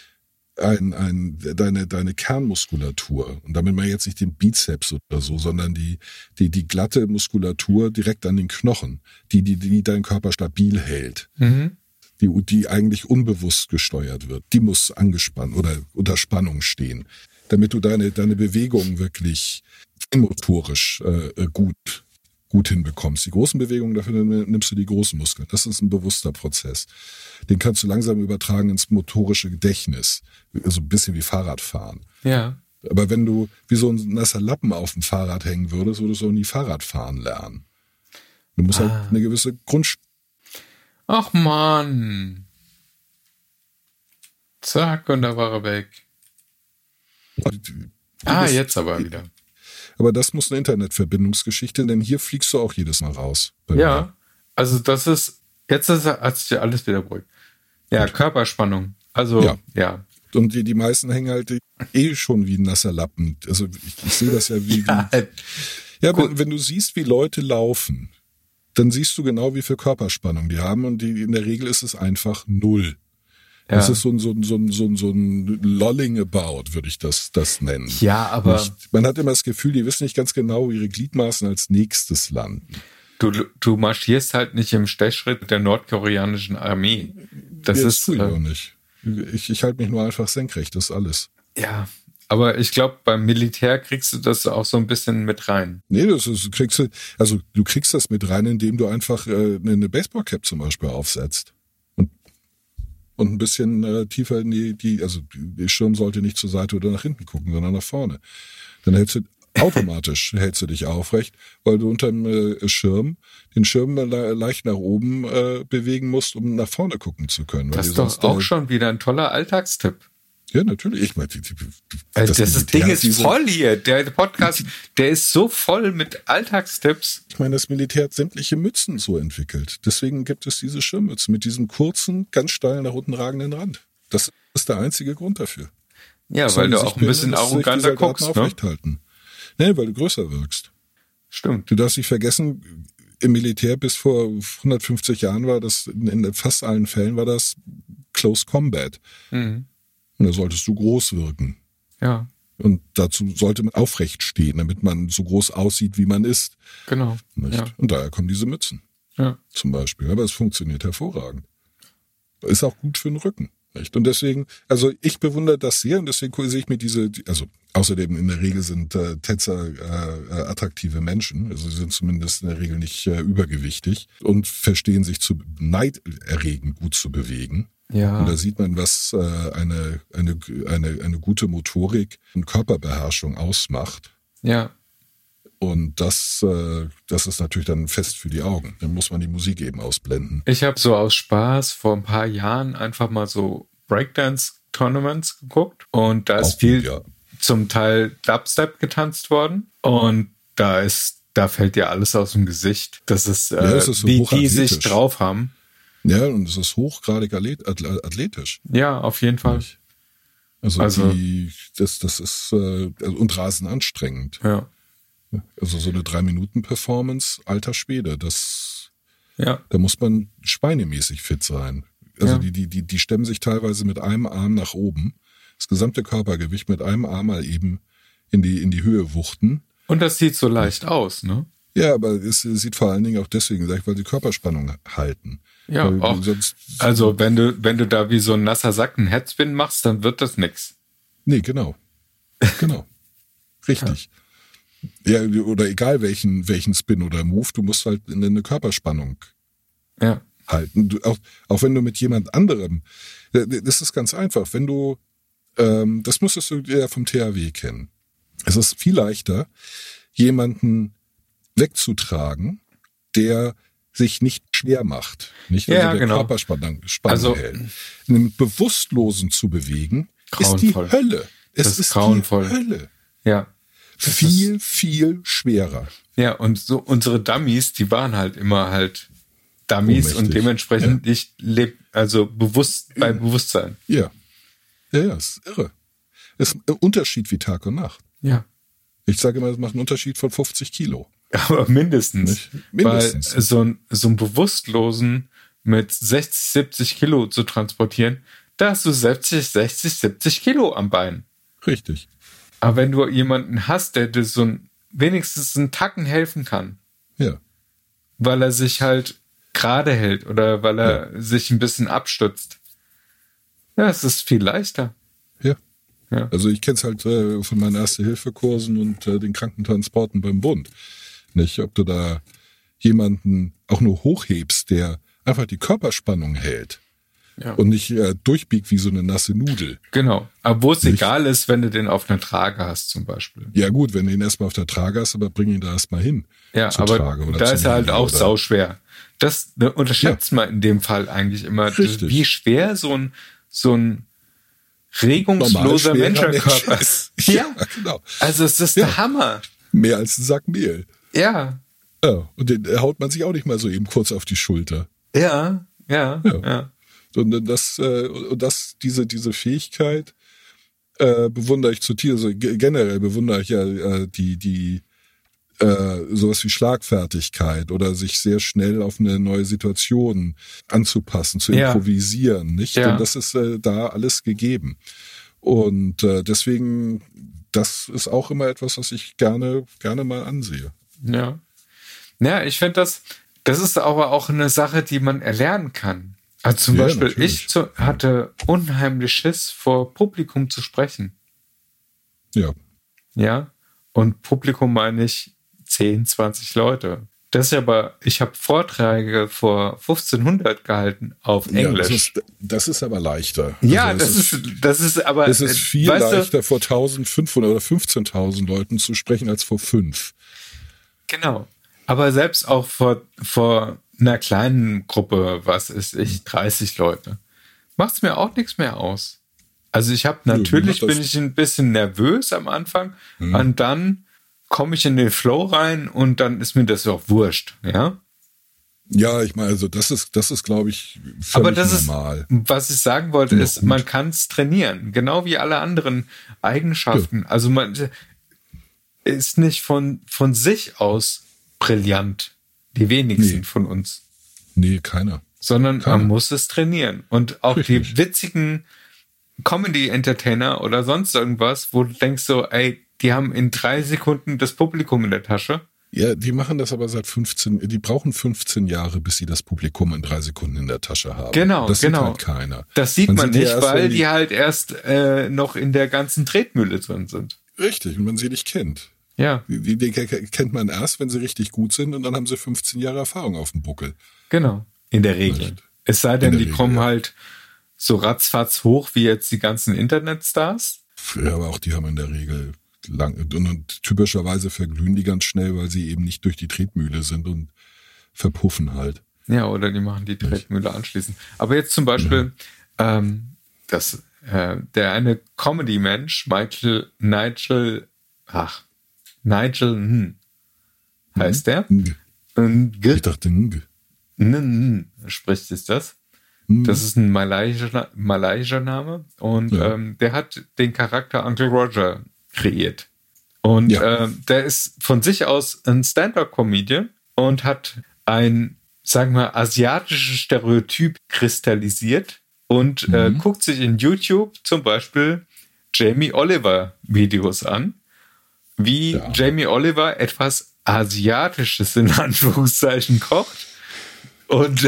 ein, ein, deine, deine Kernmuskulatur, und damit man jetzt nicht den Bizeps oder so, sondern die, die, die glatte Muskulatur direkt an den Knochen, die, die, die deinen Körper stabil hält, mhm. die, die eigentlich unbewusst gesteuert wird, die muss angespannt oder unter Spannung stehen, damit du deine, deine Bewegungen wirklich motorisch äh, gut gut hinbekommst. Die großen Bewegungen, dafür nimmst du die großen Muskeln. Das ist ein bewusster Prozess. Den kannst du langsam übertragen ins motorische Gedächtnis. Also ein bisschen wie Fahrradfahren. Ja. Aber wenn du wie so ein nasser Lappen auf dem Fahrrad hängen würdest, würdest du auch nie Fahrradfahren lernen. Du musst ah. halt eine gewisse Grund... Ach Mann. Zack, und da war er weg. Ah, jetzt aber wieder. Aber das muss eine Internetverbindungsgeschichte, denn hier fliegst du auch jedes Mal raus. Ja, mir. also das ist, jetzt ist, hat sich ja alles wieder beruhigt. Ja, Gut. Körperspannung. Also, ja. ja. Und die, die meisten hängen halt eh schon wie ein nasser Lappen. Also ich, ich sehe das ja wie... ja, wie, ja wenn, wenn du siehst, wie Leute laufen, dann siehst du genau, wie viel Körperspannung die haben und die, in der Regel ist es einfach null. Ja. Das ist so ein, so ein, so ein, so ein, so ein Lolling about, würde ich das, das nennen. Ja, aber... Nicht, man hat immer das Gefühl, die wissen nicht ganz genau, wo ihre Gliedmaßen als nächstes landen. Du, du marschierst halt nicht im Stechschritt der nordkoreanischen Armee. Das ja, ist... Das tue ich auch nicht. Ich, ich halte mich nur einfach senkrecht, das ist alles. Ja, aber ich glaube, beim Militär kriegst du das auch so ein bisschen mit rein. Nee, das ist, kriegst du, also du kriegst das mit rein, indem du einfach äh, eine Baseballcap zum Beispiel aufsetzt. Und, und ein bisschen äh, tiefer in die, die, also der Schirm sollte nicht zur Seite oder nach hinten gucken, sondern nach vorne. Dann hältst du automatisch hältst du dich aufrecht, weil du unter dem äh, Schirm den Schirm le- leicht nach oben äh, bewegen musst, um nach vorne gucken zu können. Das ist doch auch äh, schon wieder ein toller Alltagstipp. Ja, natürlich. Ich meine, die, die, das, das ist, Ding ist diese, voll hier. Der Podcast, der ist so voll mit Alltagstipps. Ich meine, das Militär hat sämtliche Mützen so entwickelt. Deswegen gibt es diese Schirmmützen mit diesem kurzen, ganz steil nach unten ragenden Rand. Das ist der einzige Grund dafür. Ja, das weil du auch ein bisschen arroganter guckst, ne? Halten. Nee, weil du größer wirkst. Stimmt. Du darfst nicht vergessen, im Militär bis vor hundertfünfzig Jahren war das, in fast allen Fällen war das Close Combat. Mhm. Und da solltest du groß wirken. Ja. Und dazu sollte man aufrecht stehen, damit man so groß aussieht, wie man ist. Genau. Nicht? Ja. Und daher kommen diese Mützen. Ja. Zum Beispiel. Aber es funktioniert hervorragend. Ist auch gut für den Rücken. Nicht? Und deswegen, also ich bewundere das sehr und deswegen sehe ich mir diese, also außerdem in der Regel sind äh, Tänzer äh, attraktive Menschen, also sie sind zumindest in der Regel nicht äh, übergewichtig und verstehen sich zu neiderregend gut zu bewegen. Ja. Und da sieht man, was äh, eine, eine, eine, eine gute Motorik und Körperbeherrschung ausmacht. Ja. Und das, äh, das ist natürlich dann fest für die Augen. Dann muss man die Musik eben ausblenden. Ich habe so aus Spaß vor ein paar Jahren einfach mal so Breakdance-Tournaments geguckt. Und da ist Auch viel gut, ja. zum Teil Dubstep getanzt worden. Und da ist, da fällt dir alles aus dem Gesicht. Das ist, äh, ja, das ist so wie die sich drauf haben. Ja, und es ist hochgradig athletisch. Ja, auf jeden Fall. Also, also die, das, das ist äh, und rasend anstrengend. Ja. Also so eine drei-Minuten-Performance, alter Schwede, das, ja. da muss man schweinemäßig fit sein. Also ja. die, die, die, die stemmen sich teilweise mit einem Arm nach oben, das gesamte Körpergewicht mit einem Arm mal eben in die, in die Höhe wuchten. Und das sieht so leicht ja. aus, ne? Ja, aber es sieht vor allen Dingen auch deswegen leicht, weil die Körperspannung halten. Ja, weil auch. Sonst, also wenn du, wenn du da wie so ein nasser Sack einen Headspin machst, dann wird das nix. Nee, genau. Genau. Richtig. Ja. Ja, oder egal welchen, welchen Spin oder Move, du musst halt eine Körperspannung ja. halten. Du, auch, auch wenn du mit jemand anderem, das ist ganz einfach, wenn du, ähm, das müsstest du ja vom T H W kennen. Es ist viel leichter, jemanden wegzutragen, der sich nicht schwer macht, nicht also ja, der genau. Körperspannung Spannung also, hält. Einen Bewusstlosen zu bewegen, grauenvoll. ist die Hölle. Es das ist, ist grauenvoll. die Hölle. Ja. Viel, viel schwerer. Ja, und so unsere Dummies, die waren halt immer halt Dummies Ohnmächtig. Und dementsprechend ja. nicht leb, also bewusst bei Bewusstsein. Ja. Ja, ja, ist irre. Es ist ein Unterschied wie Tag und Nacht. Ja. Ich sage immer, es macht einen Unterschied von fünfzig Kilo. Aber mindestens. Nicht? Mindestens. Weil so ein, so ein Bewusstlosen mit sechzig, siebzig Kilo zu transportieren, da hast du sechzig, sechzig, siebzig Kilo am Bein. Richtig. Aber wenn du jemanden hast, der dir so ein, wenigstens einen Tacken helfen kann, ja, weil er sich halt gerade hält oder weil er ja. sich ein bisschen abstützt, ja, es ist viel leichter. Ja. ja. Also ich kenne es halt äh, von meinen Erste-Hilfe-Kursen und äh, den Krankentransporten beim Bund. Nicht, ob du da jemanden auch nur hochhebst, der einfach die Körperspannung hält. Ja. Und nicht äh, durchbiegt wie so eine nasse Nudel. Genau. Aber wo es Nicht? egal ist, wenn du den auf einer Trage hast zum Beispiel. Ja gut, wenn du ihn erstmal auf der Trage hast, aber bring ihn da erstmal hin. Ja, zur aber Trage oder da zum ist er halt Handy auch oder- sauschwer. Das ne, unterschätzt Ja. man in dem Fall eigentlich immer, Richtig. wie schwer so ein, so ein Normal regungsloser schwerer Menschenkörper Mensch ist. ist. Ja, Ja, genau. also es ist Ja. der Hammer. Mehr als ein Sack Mehl. Ja, Ja, und den haut man sich auch nicht mal so eben kurz auf die Schulter. ja, ja, Ja. ja. Sondern das, äh, und das, diese, diese Fähigkeit äh, bewundere ich zutiefst. Also ge- generell bewundere ich ja äh, die, die äh, sowas wie Schlagfertigkeit oder sich sehr schnell auf eine neue Situation anzupassen, zu Ja. improvisieren, nicht? Ja. Und das ist äh, da alles gegeben. Und äh, deswegen, das ist auch immer etwas, was ich gerne, gerne mal ansehe. Ja. Ja, ich finde das, das ist aber auch eine Sache, die man erlernen kann. Also zum Ja, Beispiel, natürlich. ich zu, hatte unheimlich Schiss, vor Publikum zu sprechen. Ja. Ja. Und Publikum meine ich zehn, zwanzig Leute. Das ist aber, ich habe Vorträge vor fünfzehnhundert gehalten auf Ja, Englisch. das, ist, das ist aber leichter. Ja, Also das ist, das ist aber, Es ist viel weißt du, leichter, vor eintausendfünfhundert oder fünfzehntausend Leuten zu sprechen, als vor fünf. genau. Aber selbst auch vor, vor einer kleinen Gruppe, was ist ich, dreißig Leute, macht es mir auch nichts mehr aus. Also ich habe, Nö, natürlich macht das- bin ich ein bisschen nervös am Anfang und dann komme ich in den Flow rein und dann ist mir das auch wurscht, ja. Ja, ich meine, also das ist, das ist, glaube ich, völlig Aber das normal. ist, was ich sagen wollte, Ja, ist, gut. man kann es trainieren, genau wie alle anderen Eigenschaften. Also man ist nicht von, von sich aus brillant, die wenigsten Nee. von uns, Nee, keiner. sondern Keiner. man muss es trainieren. Und auch Richtig. die witzigen Comedy-Entertainer oder sonst irgendwas, wo du denkst so, ey, die haben in drei Sekunden das Publikum in der Tasche. Ja, die machen das aber seit fünfzehn, die brauchen fünfzehn Jahre, bis sie das Publikum in drei Sekunden in der Tasche haben. Genau, das genau. sieht halt keiner. Das sieht man, sieht die nicht, erst, weil wenn die halt erst äh, noch in der ganzen Tretmühle drin sind. Richtig, und man sie nicht kennt. Ja, Die, die kennt man erst, wenn sie richtig gut sind und dann haben sie fünfzehn Jahre Erfahrung auf dem Buckel. genau. In der Regel. Nicht. Es sei denn, In der die Regel, kommen ja. halt so ratzfatz hoch wie jetzt die ganzen Internetstars. Ja, aber auch die haben in der Regel lang, und, und typischerweise verglühen die ganz schnell, weil sie eben nicht durch die Tretmühle sind und verpuffen halt. Ja, oder die machen die Tretmühle anschließend. Aber jetzt zum Beispiel, ähm, das, äh, der eine Comedy-Mensch, Michael, Nigel, ach, Nigel, hm, heißt der? Ng. Und Ich G- dachte, Ng. N- N- spricht sich das? Ng. Das ist ein malayischer, malayischer Name und Ja. ähm, der hat den Charakter Uncle Roger kreiert. Und Ja. ähm, der ist von sich aus ein Stand-up-Comedian und hat ein, sagen wir, asiatisches Stereotyp kristallisiert und äh, guckt sich in YouTube zum Beispiel Jamie Oliver Videos an, wie Ja. Jamie Oliver etwas Asiatisches in Anführungszeichen kocht. Und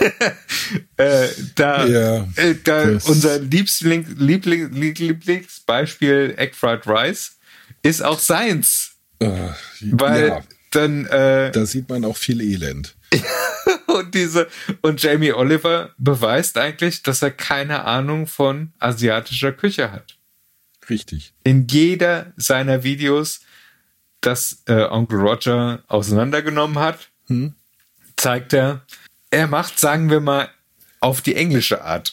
äh, da, Ja, äh, da das- unser Liebling, Liebling, Lieblingsbeispiel Egg Fried Rice ist auch seins. Äh, Weil ja, dann äh, da sieht man auch viel Elend. und diese und Jamie Oliver beweist eigentlich, dass er keine Ahnung von asiatischer Küche hat. Richtig. In jeder seiner Videos, das äh, Onkel Roger auseinandergenommen hat, Hm? zeigt er, er macht, sagen wir mal, auf die englische Art.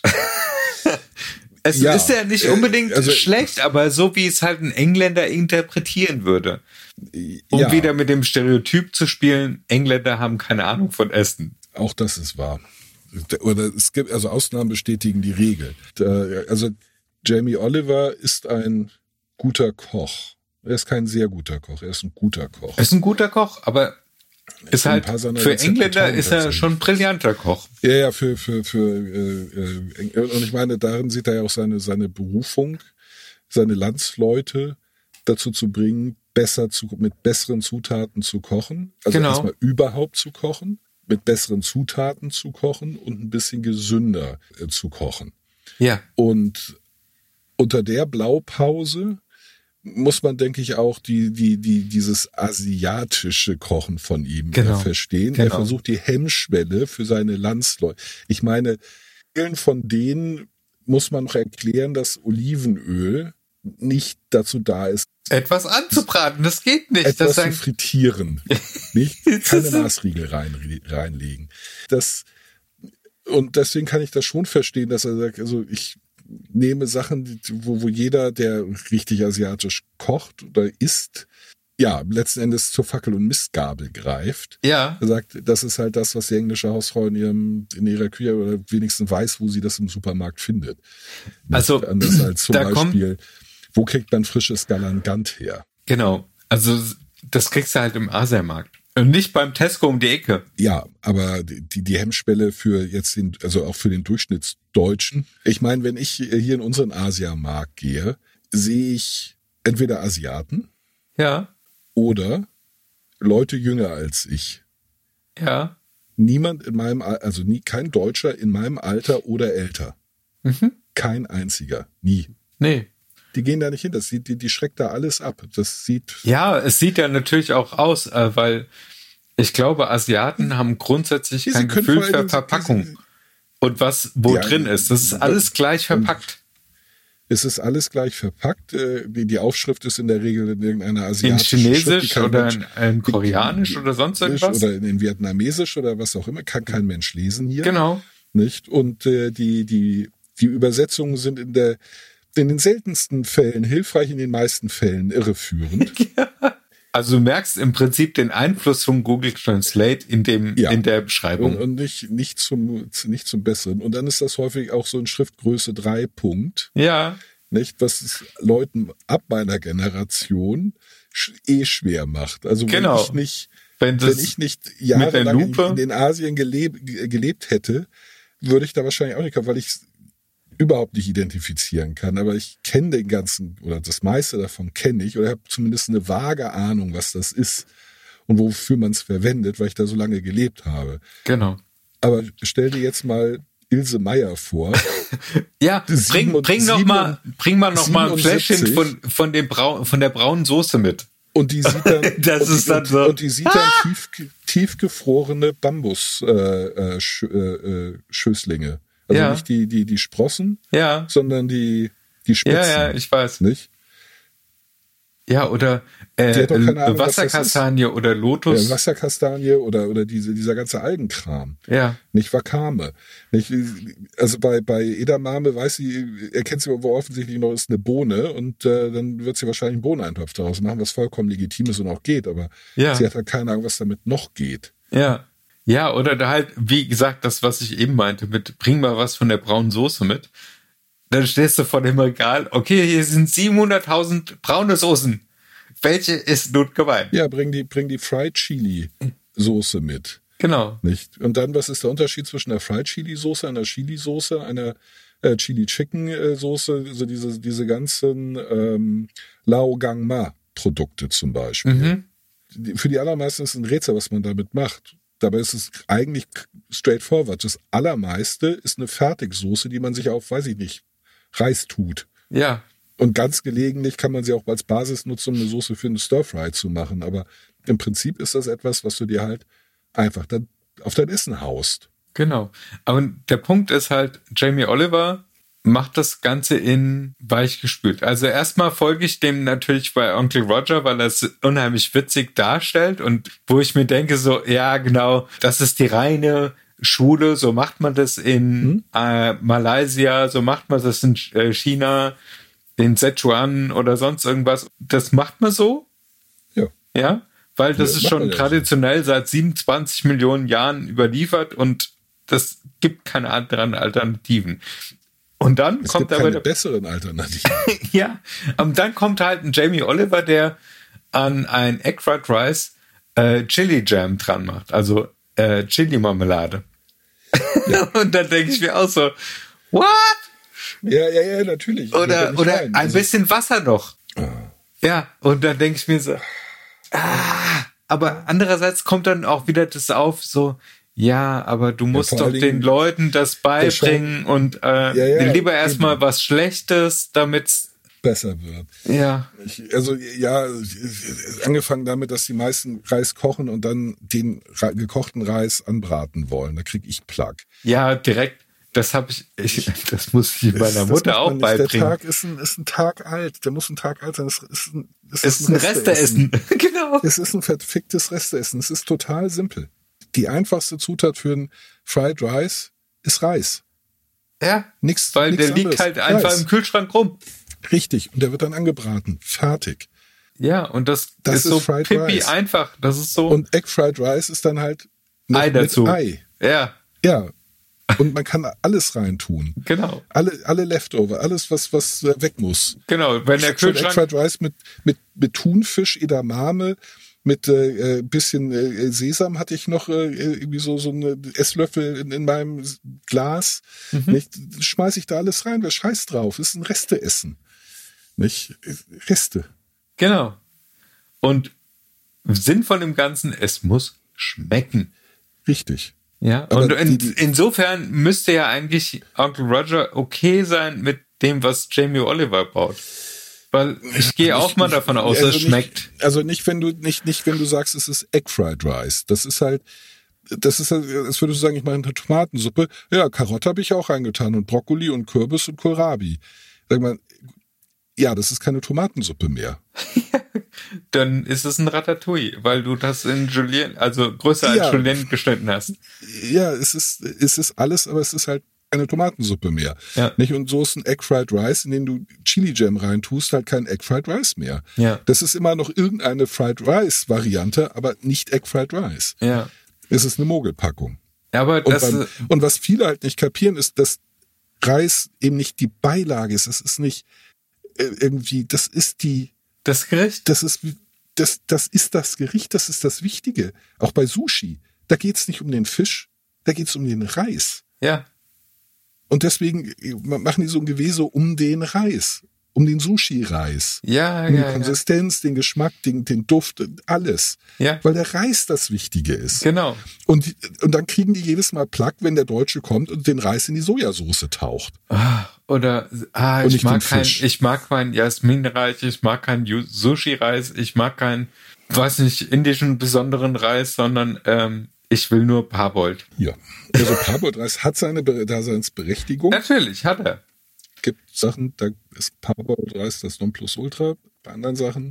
Es Ja, ist ja nicht äh, unbedingt also- schlecht, aber so wie es halt ein Engländer interpretieren würde. Um ja, wieder mit dem Stereotyp zu spielen, Engländer haben keine Ahnung von Essen. auch das ist wahr. Oder es gibt, also Ausnahmen bestätigen die Regel. Da- Also Jamie Oliver ist ein guter Koch. Er ist kein sehr guter Koch, er ist ein guter Koch. Er ist ein guter Koch, aber ist Ein halt paar seiner für Rezepte Engländer taugen ist er tatsächlich. schon ein brillanter Koch. Ja, ja, für, für, für, äh, äh, und ich meine, darin sieht er ja auch seine, seine Berufung, seine Landsleute dazu zu bringen, besser zu, mit besseren Zutaten zu kochen. Also Genau. erstmal überhaupt zu kochen, mit besseren Zutaten zu kochen und ein bisschen gesünder äh, zu kochen. Ja. Und unter der Blaupause muss man, denke ich, auch die, die, die, dieses asiatische Kochen von ihm Genau. äh, verstehen. Genau. Er versucht die Hemmschwelle für seine Landsleute. Ich meine, vielen von denen muss man noch erklären, dass Olivenöl nicht dazu da ist, etwas anzubraten, das geht nicht. Etwas das zu frittieren. Nicht keine Maßriegel rein, reinlegen. Das, und deswegen kann ich das schon verstehen, dass er sagt, also ich nehme Sachen, wo, wo jeder, der richtig asiatisch kocht oder isst, ja, letzten Endes zur Fackel- und Mistgabel greift. Ja. Er sagt, das ist halt das, was die englische Hausfrau in ihrem, in ihrer Küche oder wenigstens weiß, wo sie das im Supermarkt findet. Nicht also, anders als zum da Beispiel, wo kriegt man frisches Galangant her? Genau. Also, das kriegst du halt im Asiamarkt. Und nicht beim Tesco um die Ecke. Ja, aber die, die Hemmschwelle für jetzt den, also auch für den Durchschnittsdeutschen. Ich meine, wenn ich hier in unseren Asiamarkt gehe, sehe ich entweder Asiaten. Ja. Oder Leute jünger als ich. Ja. Niemand in meinem, also nie, kein Deutscher in meinem Alter oder älter. Mhm. Kein einziger. Nie. Nee. Die gehen da nicht hin. Das sieht, die, die schreckt da alles ab. Das sieht. Ja, es sieht ja natürlich auch aus, äh, weil ich glaube, Asiaten haben grundsätzlich Sie kein können Gefühl vor allem- für Verpackung. Und was wo Ja, drin ist. Das ist alles gleich verpackt. Es ist alles gleich verpackt. äh, Die, die Aufschrift ist in der Regel in irgendeiner In asiatischen Schrift, die Chinesisch kein oder Mensch- in, in Koreanisch die- oder sonst irgendwas. Oder in Vietnamesisch oder was auch immer. Kann kein Mensch lesen hier. Genau. Nicht? Und äh, die, die, die Übersetzungen sind in der, in den seltensten Fällen hilfreich, in den meisten Fällen irreführend. Also du merkst im Prinzip den Einfluss von Google Translate in dem Ja. in der Beschreibung. Und, und nicht, nicht zum, nicht zum Besseren. Und dann ist das häufig auch so in Schriftgröße drei Punkt. Ja. Nicht? Was es Leuten ab meiner Generation sch- eh schwer macht. Also wenn Genau. ich nicht, Wenn das wenn ich nicht mit der jahrelang in, Lupe- in den Asien geleb, gelebt hätte, würde ich da wahrscheinlich auch nicht kommen, weil ich es überhaupt nicht identifizieren kann. Aber ich kenne den ganzen, oder das meiste davon kenne ich, oder habe zumindest eine vage Ahnung, was das ist und wofür man es verwendet, weil ich da so lange gelebt habe. Genau. Aber stell dir jetzt mal Ilse Meier vor. Ja, bring, Sieben- bring noch sieben- mal, bring mal noch mal ein siebenundsiebzig. Fläschchen von von dem Braun, von der braunen Soße mit. Und die sieht dann, Das und, ist die, dann und, so. und die sieht dann tief, tiefgefrorene Bambus-Schößlinge. Äh, Sch, äh, äh, Schößlinge. Also Ja. nicht die, die, die Sprossen, Ja. sondern die, die Spitzen. Ja, ja, ich weiß. Nicht? Ja, oder Die äh, hat doch keine Ahnung, was das Wasserkastanie oder Lotus. Ja, Wasserkastanie oder, oder diese, dieser ganze Algenkram. Ja. Nicht Wakame. Nicht, also bei, bei Edamame weiß sie, erkennt sie aber offensichtlich noch, ist eine Bohne und äh, dann wird sie wahrscheinlich einen Bohneneintopf daraus machen, was vollkommen legitim ist und auch geht, aber Ja. sie hat halt keine Ahnung, was damit noch geht. Ja. Ja, oder da halt, wie gesagt, das, was ich eben meinte, mit bring mal was von der braunen Soße mit. Dann stehst du vor dem Regal, okay, hier sind siebenhunderttausend braune Soßen. Welche ist nun gemeint? Ja, bring die, bring die Fried Chili Soße mit. Genau. Nicht? Und dann, was ist der Unterschied zwischen der Fried Chili Soße, einer Chili Soße, einer äh, Chili Chicken äh, Soße, also diese, diese ganzen ähm, Lao Gang Ma Produkte zum Beispiel. Mhm. Die, für die allermeisten ist es ein Rätsel, was man damit macht. Dabei ist es eigentlich straightforward. Das allermeiste ist eine Fertigsoße, die man sich auf, weiß ich nicht, Reis tut. Ja. Und ganz gelegentlich kann man sie auch als Basis nutzen, um eine Soße für einen Stir-Fry zu machen. Aber im Prinzip ist das etwas, was du dir halt einfach dann auf dein Essen haust. Genau. Aber der Punkt ist halt, Jamie Oliver macht das Ganze in weich gespült. Also erstmal folge ich dem natürlich bei Onkel Roger, weil er es unheimlich witzig darstellt und wo ich mir denke so, ja genau, das ist die reine Schule, so macht man das in Hm? äh, Malaysia, so macht man das in äh, China, in Sichuan oder sonst irgendwas. Das macht man so, Ja. ja, weil das Ja, ist macht schon man ja so. traditionell seit siebenundzwanzig Millionen Jahren überliefert und das gibt keine anderen Alternativen. Und dann Es kommt gibt aber keine der, besseren Alternativen. ja, und dann kommt halt ein Jamie Oliver, der an ein Egg Fried Rice äh, Chili Jam dran macht, also äh, Chili Marmelade. Ja. Und dann denke ich mir auch so, what? Ja, ja, ja, natürlich. Ich will da Oder, nicht oder rein. ein Also, bisschen Wasser noch. ah, Ja, und dann denke ich mir so, ah, aber andererseits kommt dann auch wieder das auf, so, ja, aber du musst vor doch allen den Dingen- Leuten das beibringen und äh, Ja, ja, lieber erstmal eben. was Schlechtes, damit's, besser wird. ja, Ich, also ja, angefangen damit, dass die meisten Reis kochen und dann den ra- gekochten Reis anbraten wollen. Da krieg ich Plack. ja, direkt, das habe ich, ich, das muss ich meiner Das- Mutter das auch macht man nicht. beibringen. Der Tag ist ein, ist ein Tag alt. Der muss ein Tag alt sein. Es ist ein, es Es ist ein Resteessen. Genau. Es ist ein verficktes Resteessen. Es ist total simpel. Die einfachste Zutat für ein Fried Rice ist Reis. Ja, Nix, weil nix der liegt anderes. halt einfach Reis. im Kühlschrank rum. Richtig. Und der wird dann angebraten. Fertig. Ja, und das, Das ist ist so Fried pipi Rice. einfach. Das ist so Und Egg Fried Rice ist dann halt noch Ei mit dazu. Ei. Ja, Ja. Und man kann alles reintun. genau. Alle, alle Leftover, alles, was, was äh, weg muss. Genau, wenn der Schon Egg Kühlschrank... Fried Rice mit, mit, mit Thunfisch, Edamame, mit äh, bisschen äh, Sesam hatte ich noch äh, irgendwie so, so eine Esslöffel in, in meinem Glas. Mhm. Nicht? Schmeiß ich da alles rein, wer scheiß drauf? Das ist ein Resteessen. Nicht? Reste. Genau. Und Sinn von dem Ganzen, es muss schmecken. Richtig. Ja, Aber und in, die- die- insofern müsste ja eigentlich Uncle Roger okay sein mit dem, was Jamie Oliver baut. Weil ich gehe auch mal davon aus, Also es nicht- schmeckt. Also nicht, wenn du nicht, nicht, wenn du sagst, es ist Egg Fried Rice. Das ist halt, das ist halt, als würdest du sagen, ich mache eine Tomatensuppe. Ja, Karotte habe ich auch reingetan und Brokkoli und Kürbis und Kohlrabi. Sag mal, ja, das ist keine Tomatensuppe mehr. Dann ist es ein Ratatouille, weil du das in Julien, also größer als Ja. Julien geschnitten hast. Ja, es ist, es ist alles, aber es ist halt keine Tomatensuppe mehr. Ja. Nicht? Und so ist ein Egg Fried Rice, in den du Chili Jam reintust, halt kein Egg Fried Rice mehr. Ja. Das ist immer noch irgendeine Fried Rice Variante, aber nicht Egg Fried Rice. Ja. Es ist eine Mogelpackung. Aber Und, das, beim, und was viele halt nicht kapieren, ist, dass Reis eben nicht die Beilage ist. Das ist nicht äh, irgendwie, das ist die, das Gericht, das ist, das, das ist das Gericht, das ist das Wichtige. Auch bei Sushi. Da geht's nicht um den Fisch, da geht's um den Reis. ja, Und deswegen machen die so ein Gewese um den Reis, um den Sushi-Reis. ja, Um die ja, ja, Konsistenz, den Geschmack, den, den Duft, alles. ja, Weil der Reis das Wichtige ist. genau. Und, und dann kriegen die jedes Mal Plack, wenn der Deutsche kommt und den Reis in die Sojasauce taucht. Ah, oder ah, Und ich nicht mag den kein, Fisch. ich mag kein Jasminreis, ich mag kein Yu- Sushi-Reis, ich mag keinen, weiß nicht, indischen besonderen Reis, sondern ähm, ich will nur Parboiled. Ja. Also Parboiled-Reis hat seine Be- Daseinsberechtigung. Natürlich, hat er. Gibt Sachen, da ist Parboiled-Reis das Nonplusultra. Bei anderen Sachen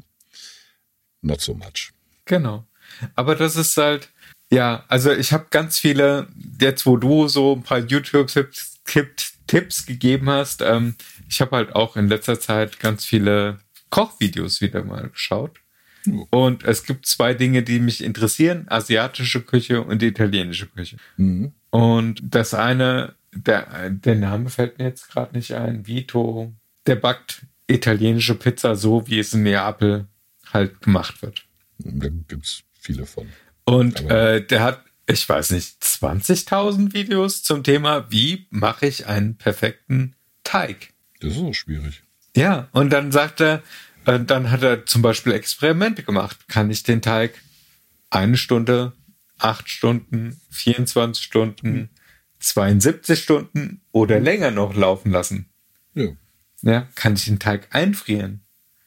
not so much. Genau. Aber das ist halt, ja, also ich habe ganz viele, jetzt wo du so ein paar YouTube-Tipps Tipps, Tipps gegeben hast, ähm, ich habe halt auch in letzter Zeit ganz viele Kochvideos wieder mal geschaut. Und es gibt zwei Dinge, die mich interessieren, asiatische Küche und die italienische Küche. Mhm. Und das eine, der, der Name fällt mir jetzt gerade nicht ein, Vito, der backt italienische Pizza so, wie es in Neapel halt gemacht wird. Da gibt's viele von. Und Aber- äh, der hat, ich weiß nicht, zwanzigtausend Videos zum Thema, wie mache ich einen perfekten Teig. Das ist auch schwierig. Ja, und dann sagt er, äh, dann hat er zum Beispiel Experimente gemacht. Kann ich den Teig eine Stunde, acht Stunden, vierundzwanzig Stunden, zweiundsiebzig Stunden oder länger noch laufen lassen? Ja. Ja, kann ich den Teig einfrieren?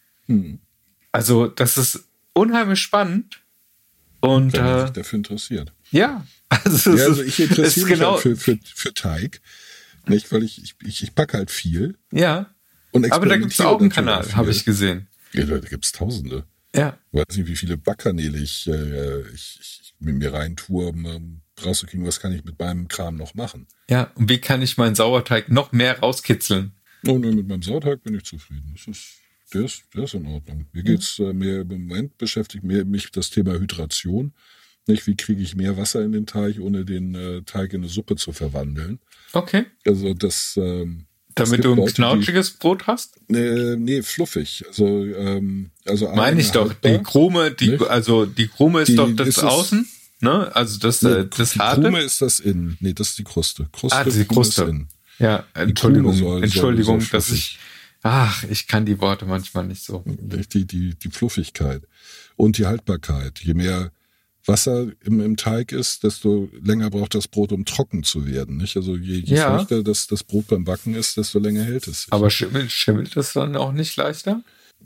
Hm. Also das ist unheimlich spannend. Und Wenn man äh, sich dafür interessiert. ja, also, es Ja, also ist- ich es ist interessiere mich genau, halt für, für, für Teig. Nicht, weil ich, ich, ich, ich backe halt viel. ja. Und Aber da gibt es experimentiere auch einen natürlich Kanal, viel. habe ich gesehen. Ja, da gibt's Tausende. Ja, Ich weiß nicht, wie viele Backkanäle ich, äh, ich, ich mit mir rein tue, um ähm, rauszukriegen, was kann ich mit meinem Kram noch machen. ja. Und wie kann ich meinen Sauerteig noch mehr rauskitzeln? Und mit meinem Sauerteig bin ich zufrieden. Das ist, der, ist, der ist in Ordnung. Mir geht's äh, mehr im Moment beschäftigt mir, mich das Thema Hydration. Nicht, wie kriege ich mehr Wasser in den Teig, ohne den äh, Teig in eine Suppe zu verwandeln. Okay. Also das. Ähm, es Damit gibt du ein Leute, die- knautschiges Brot hast? Nee, nee, fluffig. Also, ähm, also Meine ich doch. haltbar. Die Krume, die, Nicht? also die Krume ist Die- doch das ist es- Außen, ne? Also das, Nee, äh, das die Harte. Krume ist das Innen. Nee, das ist die Kruste. Kruste, Ah, die Krume ist Kruste. innen. Ja, Entschuldigung, Krume soll- Entschuldigung, soll dass fluffig. ich, ach, ich kann die Worte manchmal nicht so. Die, die, die Fluffigkeit und die Haltbarkeit. Je mehr Wasser im, im Teig ist, desto länger braucht das Brot, um trocken zu werden. Nicht? Also je, je Ja. feuchter das, das Brot beim Backen ist, desto länger hält es sich. Aber schimmelt, schimmelt das dann auch nicht leichter?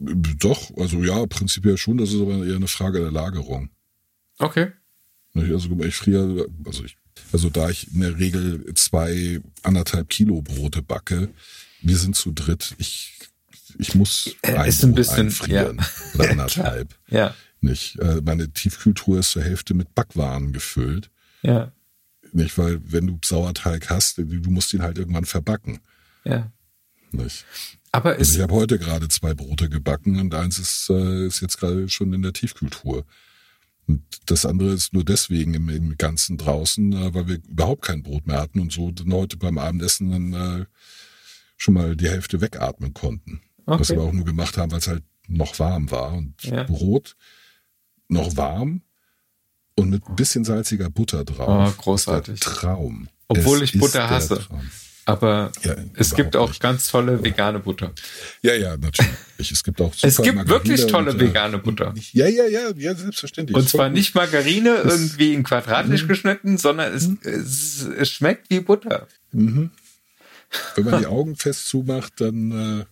Doch, also ja, prinzipiell schon. Das ist aber eher eine Frage der Lagerung. Okay. Nicht? Also ich friere, also ich Also da ich in der Regel zwei, anderthalb Kilo Brote backe, wir sind zu dritt, ich, ich muss Äh, ein ist ein Brot bisschen, einfrieren. ja. Oder anderthalb. Ja, Nicht? Äh, Meine Tiefkühltruhe ist zur Hälfte mit Backwaren gefüllt. ja, Nicht? Weil wenn du Sauerteig hast, du du musst ihn halt irgendwann verbacken. ja. Nicht? Aber Also ist, ich habe heute gerade zwei Brote gebacken und eins ist, äh, ist jetzt gerade schon in der Tiefkühltruhe. Und das andere ist nur deswegen im, im Ganzen draußen, äh, weil wir überhaupt kein Brot mehr hatten und so dann heute beim Abendessen dann äh, schon mal die Hälfte wegatmen konnten. Okay. Was wir auch nur gemacht haben, weil es halt noch warm war. Und Ja. Brot noch warm und mit ein bisschen salziger Butter drauf. Oh, großartig. Ist der Traum. Obwohl Es ich Butter ist der hasse. Traum. aber Ja, es gibt überhaupt auch nicht. ganz tolle vegane Butter. Ja, ja, natürlich. Es gibt auch super Es gibt Margarine wirklich tolle und, äh, vegane Butter. Ja, ja, ja, ja, selbstverständlich. Und zwar Voll nicht Margarine Das- irgendwie in quadratisch geschnitten, sondern es, es, es schmeckt wie Butter. gut. Mhm. Wenn man die Augen fest zumacht, dann äh,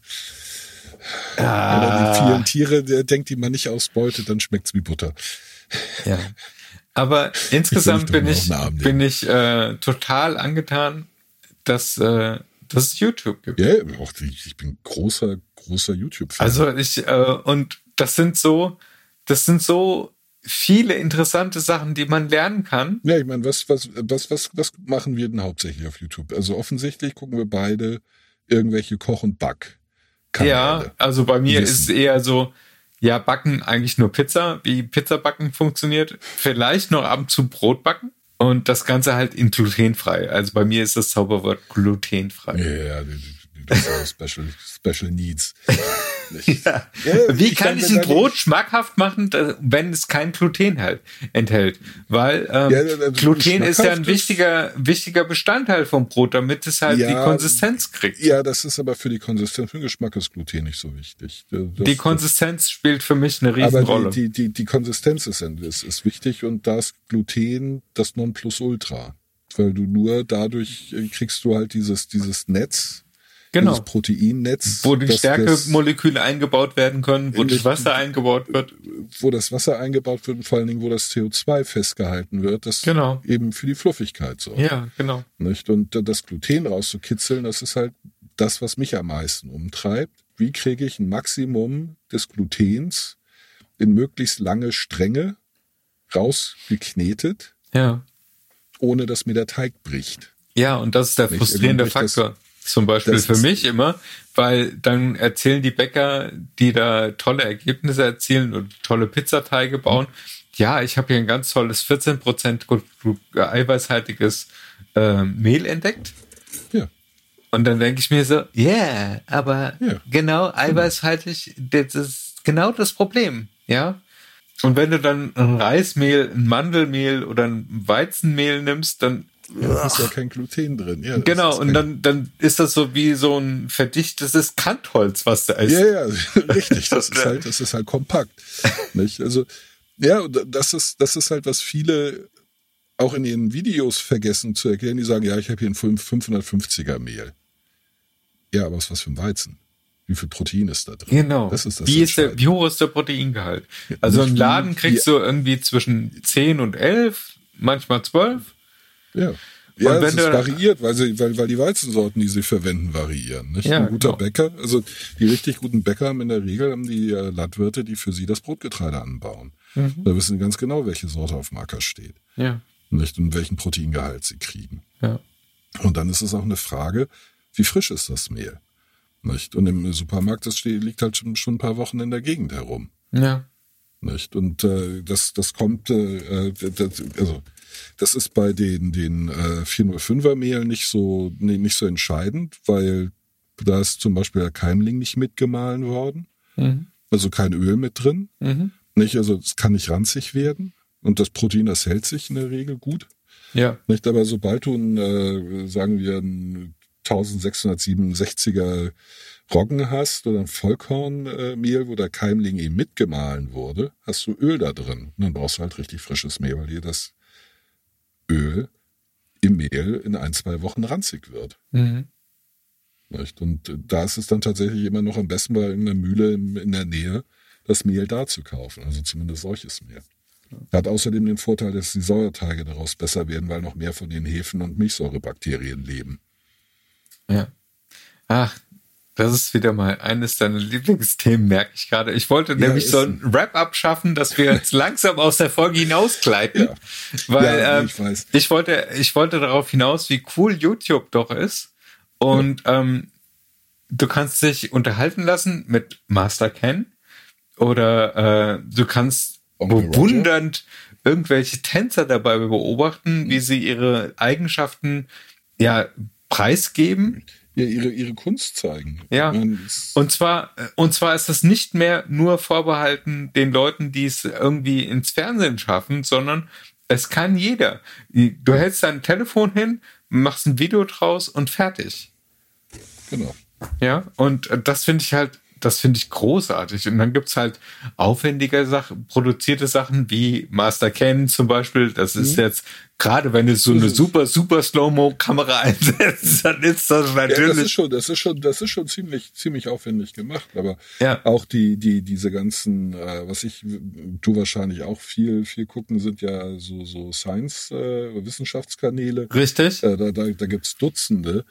oder die vielen Tiere, der denkt, die man nicht ausbeutet, dann schmeckt's wie Butter. Ja. Aber insgesamt Ich will bin nicht ich, doch einen Namen bin ich äh, total angetan, dass, äh, dass es YouTube gibt. Ja, auch die, ich bin großer, großer YouTube-Fan. Also ich, äh, und das sind so, das sind so viele interessante Sachen, die man lernen kann. Ja, ich meine, was, was, was, was, was machen wir denn hauptsächlich auf YouTube? Also offensichtlich gucken wir beide irgendwelche Koch- und Back-Kanäle. Ja, also bei mir Wissen. ist es eher so, ja, backen eigentlich nur Pizza, wie Pizza backen funktioniert. Vielleicht noch ab und zu Brot backen. Und das Ganze halt in glutenfrei. Also bei mir ist das Zauberwort glutenfrei. Ja, ja, die, die, das ist Special, Special Needs. Nicht. Ja. Ja, Wie ich kann meine, ich ein wenn da Brot schmackhaft machen, da- wenn es kein Gluten halt enthält? Weil ähm, Ja, also Gluten ist ja ein schmackhaft wichtiger, wichtiger Bestandteil vom Brot, damit es halt Ja, die Konsistenz kriegt. Ja, das ist aber für die Konsistenz, für den Geschmack ist Gluten nicht so wichtig. Das, Die Konsistenz spielt für mich eine Riesenrolle. Aber die, die, die, die Konsistenz ist, ist, ist wichtig und da ist Gluten das Nonplusultra. Weil du nur dadurch äh, kriegst du halt dieses, dieses Netz, Genau. dieses Proteinnetz, Wo die das- Stärkemoleküle eingebaut werden können, wo das Richtig. Wasser eingebaut wird. das, wo das Wasser eingebaut wird und vor allen Dingen, wo das C O zwei festgehalten wird, das Genau. eben für die Fluffigkeit sorgt. Ja, genau. Nicht? Und äh, das Gluten rauszukitzeln, das ist halt das, was mich am meisten umtreibt. Wie kriege ich ein Maximum des Glutens in möglichst lange Stränge rausgeknetet, Ja. ohne dass mir der Teig bricht? Ja, und das ist der Nicht? frustrierende Irgendwie das- Faktor. Zum Beispiel das für ist- mich immer, weil dann erzählen die Bäcker, die da tolle Ergebnisse erzielen und tolle Pizzateige bauen, ja, ich habe hier ein ganz tolles vierzehn Prozent gu- gu- eiweißhaltiges äh, Mehl entdeckt. Ja. Und dann denke ich mir so, yeah, aber Ja. genau, eiweißhaltig, das ist genau das Problem, ja. Und wenn du dann ein Reismehl, ein Mandelmehl oder ein Weizenmehl nimmst, dann Da ist ja kein Gluten drin. Ja, das genau, ist und kein- dann, dann ist das so wie so ein verdichtetes Kantholz, was da ist. Ja, ja, richtig. Das ist halt, das ist halt kompakt. Nicht? Also, ja, und das ist, das ist halt, was viele auch in ihren Videos vergessen zu erklären. Die sagen, ja, ich habe hier ein fünfhundertfünfziger Mehl. Ja, aber was was für ein Weizen? Wie viel Protein ist da drin? Genau. Das ist das wie, ist der, Entscheidende. wie hoch ist der Proteingehalt? Also nicht im Laden wie- kriegst wie- du irgendwie zwischen zehn und elf, manchmal zwölf. Ja. Ja, Und wenn es ist du- variiert, weil, sie, weil, weil die Weizensorten, die sie verwenden, variieren. Nicht? Ja, Ein guter genau. Bäcker, also die richtig guten Bäcker haben in der Regel haben die äh, Landwirte, die für sie das Brotgetreide anbauen. Mhm. Da wissen sie ganz genau, welche Sorte auf dem Acker steht. Ja, Nicht? Und welchen Proteingehalt sie kriegen. ja. Und dann ist es auch eine Frage, wie frisch ist das Mehl? Nicht? Und im Supermarkt, das steht, liegt halt schon, schon ein paar Wochen in der Gegend herum. Ja, Nicht? Und äh, das, das kommt, äh, das, also das ist bei den, den äh, vierhundertfünfer Mehl nicht so, nee, nicht so entscheidend, weil da ist zum Beispiel der Keimling nicht mitgemahlen worden, mhm. also kein Öl mit drin. Mhm. Nicht? Also es kann nicht ranzig werden und das Protein, das hält sich in der Regel gut. Ja, Nicht? Aber sobald du ein, äh, sagen wir, ein eintausendsechshundertsiebenundsechziger Roggen hast oder ein Vollkornmehl, wo der Keimling eben mitgemahlen wurde, hast du Öl da drin. Und dann brauchst du halt richtig frisches Mehl, weil dir das Öl im Mehl in ein, zwei Wochen ranzig wird. mhm. Nicht? Und äh, da ist es dann tatsächlich immer noch am besten bei irgendeiner Mühle in, in der Nähe, das Mehl da zu kaufen. Also zumindest solches Mehl. Hat außerdem den Vorteil, dass die Säureteige daraus besser werden, weil noch mehr von den Hefen- und Milchsäurebakterien leben. Ja. Ach, das ist wieder mal eines deiner Lieblingsthemen, merke ich gerade. Ich wollte ja, nämlich so ein Wrap-up schaffen, dass wir jetzt langsam aus der Folge hinausgleiten. Ja. Weil ja, ich, ähm, weiß. ich wollte, ich wollte darauf hinaus, wie cool YouTube doch ist. Und ja. ähm, du kannst dich unterhalten lassen mit Master Ken oder äh, du kannst Onkel bewundernd Roger. Irgendwelche Tänzer dabei beobachten, mhm. wie sie ihre Eigenschaften ja preisgeben. Ja, ihre, ihre Kunst zeigen. Ja. Und zwar, und zwar ist das nicht mehr nur vorbehalten den Leuten, die es irgendwie ins Fernsehen schaffen, sondern es kann jeder. Du hältst dein Telefon hin, machst ein Video draus und fertig. Genau. Ja, und das finde ich halt, das finde ich großartig. Und dann gibt's halt aufwendige Sachen, produzierte Sachen wie Master Ken zum Beispiel. Das ist mhm. jetzt, gerade wenn du so eine super, super Slow-Mo-Kamera einsetzt, dann ist das natürlich. Ja, das ist schon, das ist schon, das ist schon ziemlich, ziemlich aufwendig gemacht. Aber ja. auch die, die, diese ganzen, äh, was ich, du wahrscheinlich auch viel, viel gucken, sind ja so, so Science, äh, Wissenschaftskanäle. Richtig. Äh, da, da, da gibt's Dutzende.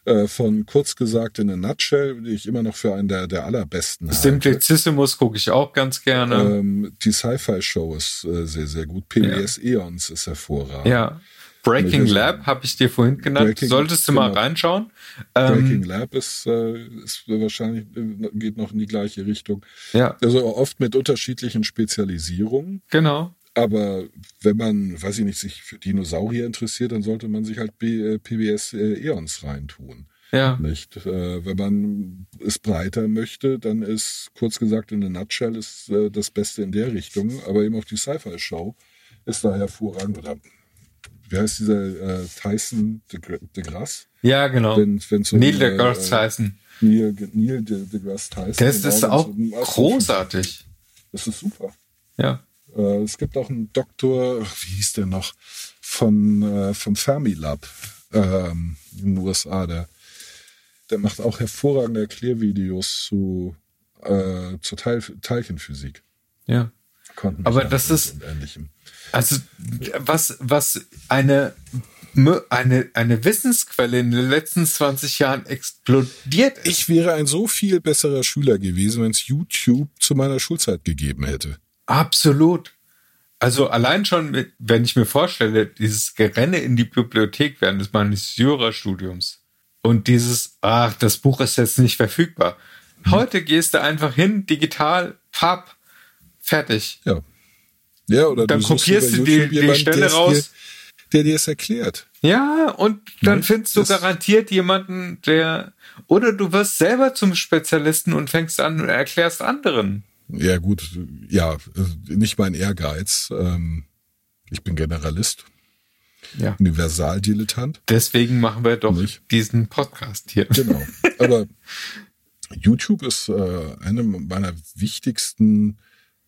Von kurz gesagt in a nutshell, die ich immer noch für einen der, der allerbesten halte. Simplicissimus gucke ich auch ganz gerne. Ähm, die Sci-Fi-Show ist äh, sehr, sehr gut. P B S ja. Eons ist hervorragend. Ja. Breaking Lab habe ich dir vorhin genannt. Breaking, Solltest du genau. mal reinschauen. Breaking ähm, Lab ist, äh, ist wahrscheinlich, geht noch in die gleiche Richtung. Ja. Also oft mit unterschiedlichen Spezialisierungen. Genau. Aber wenn man, weiß ich nicht, sich für Dinosaurier interessiert, dann sollte man sich halt B, P B S äh, Eons reintun. Ja. Nicht? Äh, wenn man es breiter möchte, dann ist, kurz gesagt, in a nutshell ist äh, das Beste in der Richtung. Aber eben auch die Sci-Fi-Show ist da hervorragend. Oder, wie heißt dieser äh, Tyson deGrasse? Ja, genau. Wenn, wenn so Neil deGrasse Tyson. Neil, Neil deGrasse Tyson. Das genau, ist auch so, großartig. Das ist super. Ja. Es gibt auch einen Doktor, wie hieß der noch, von, äh, vom Fermilab ähm, in den U S A. Der, der macht auch hervorragende Erklärvideos zu, äh, zur Teil, Teilchenphysik. Ja. Aber das ist, also was, was eine, eine, eine Wissensquelle in den letzten zwanzig Jahren explodiert ist. Ich wäre ein so viel besserer Schüler gewesen, wenn es YouTube zu meiner Schulzeit gegeben hätte. Absolut. Also allein schon, mit, wenn ich mir vorstelle, dieses Gerenne in die Bibliothek während meines Jurastudiums und dieses, ach, das Buch ist jetzt nicht verfügbar. Hm. Heute gehst du einfach hin, digital, papp, fertig. Ja. Ja, oder dann du kopierst du die, die Stelle raus. Der dir es erklärt. Ja, und dann Nein, findest du garantiert jemanden, der, oder du wirst selber zum Spezialisten und fängst an und erklärst anderen. Ja gut, ja, nicht mein Ehrgeiz. Ich bin Generalist, ja. Universaldilettant. Deswegen machen wir doch nicht diesen Podcast hier. Genau, aber YouTube ist eine meiner wichtigsten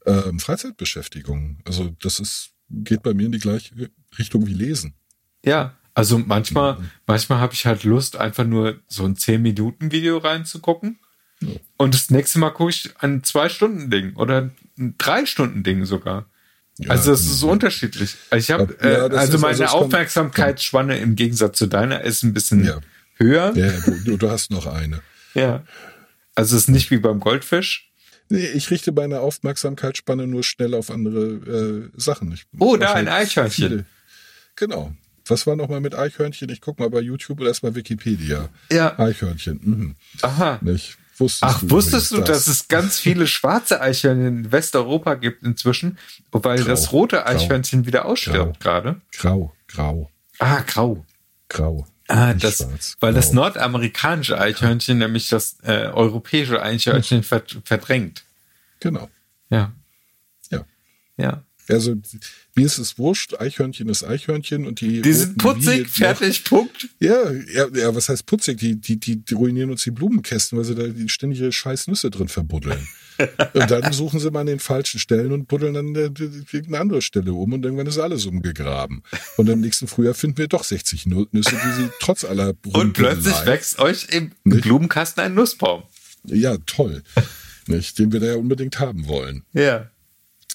Freizeitbeschäftigungen. Also das ist, geht bei mir in die gleiche Richtung wie Lesen. Ja, also manchmal, ja. manchmal habe ich halt Lust, einfach nur so ein zehn Minuten Video reinzugucken. Ja. Und das nächste Mal gucke ich ein zwei-Stunden-Ding oder ein drei-Stunden-Ding sogar. Ja, also das ist so ja. unterschiedlich. Ich habe ja, äh, also meine also Aufmerksamkeitsspanne kommt, im Gegensatz zu deiner ist ein bisschen ja. höher. Ja, du, du hast noch eine. Ja. Also es ist nicht wie beim Goldfisch. Nee, ich richte meine Aufmerksamkeitsspanne nur schnell auf andere äh, Sachen. Ich oh, da ein Eichhörnchen. Viele. Genau. Was war nochmal mit Eichhörnchen? Ich guck mal bei YouTube oder erstmal Wikipedia. Ja. Eichhörnchen. Mhm. Aha. Nicht? Wusstest Ach, du wusstest du, das? dass es ganz viele schwarze Eichhörnchen in Westeuropa gibt inzwischen, wobei grau, das rote Eichhörnchen grau, wieder ausstirbt gerade? Grau, grau. Ah, grau. Grau. Ah, das, schwarz, weil grau. Das nordamerikanische Eichhörnchen ja. nämlich das äh, europäische Eichhörnchen ja. verdrängt. Genau. Ja. Ja. Ja. Also, mir ist es wurscht, Eichhörnchen ist Eichhörnchen und die. Die sind putzig, fertig, noch, Punkt. Ja, ja, ja, was heißt putzig? Die, die, die, die ruinieren uns die Blumenkästen, weil sie da die ständig ihre scheiß Nüsse drin verbuddeln. Und dann suchen sie mal an den falschen Stellen und buddeln dann eine andere Stelle um und irgendwann ist alles umgegraben. Und im nächsten Frühjahr finden wir doch sechzig Nüsse, die sie trotz aller Und plötzlich wächst euch im Nicht? Blumenkasten ein Nussbaum. Ja, toll. Nicht? Den wir da ja unbedingt haben wollen. Ja.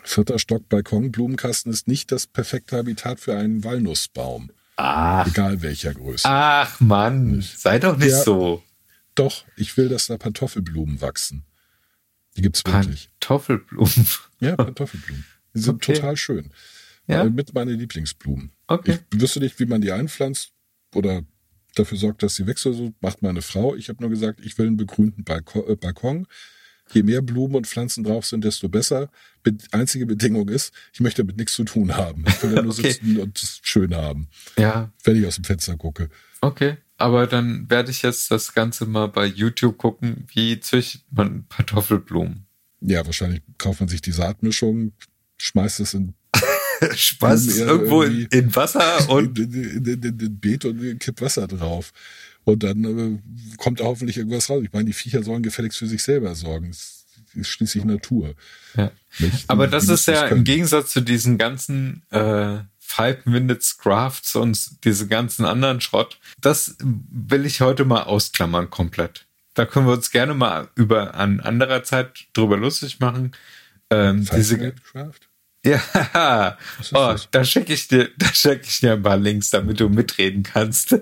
Vierter Stock Balkonblumenkasten ist nicht das perfekte Habitat für einen Walnussbaum. Ach. Egal welcher Größe. Ach Mann, sei doch nicht Ja. so. Doch, ich will, dass da Pantoffelblumen wachsen. Die gibt's wirklich. Kartoffelblumen. Ja, Pantoffelblumen. Die sind Okay. total schön. Ja? Äh, Mit meine Lieblingsblumen. Okay. Ich wüsste nicht, wie man die einpflanzt oder dafür sorgt, dass sie wächst. So macht meine Frau. Ich habe nur gesagt, ich will einen begrünten Balkon. Äh, Balkon. Je mehr Blumen und Pflanzen drauf sind, desto besser. Be- einzige Bedingung ist, ich möchte damit nichts zu tun haben. Ich will da nur Okay. sitzen und es schön haben, Ja, wenn ich aus dem Fenster gucke. okay. Aber dann werde ich jetzt das Ganze mal bei YouTube gucken, wie züchtet man Kartoffelblumen. Ja, wahrscheinlich kauft man sich die Saatmischung, schmeißt es in, Spaß Blumen eher irgendwo in, irgendwie- in Wasser und in, in, in, in, in Beet und kippt Wasser drauf. Und dann äh, kommt da hoffentlich irgendwas raus. Ich meine, die Viecher sollen gefälligst für sich selber sorgen. Es ist schließlich Natur. ja. Nicht? Aber Die- das die ist ja müssen es im können. Gegensatz zu diesen ganzen äh, Five Minutes Crafts und diese ganzen anderen Schrott, das will ich heute mal ausklammern komplett. Da können wir uns gerne mal über an anderer Zeit drüber lustig machen. Ähm, Five diese, Minute Craft? ja, ist oh, das? da schicke ich dir, da schicke ich dir ein paar Links, damit du mitreden kannst.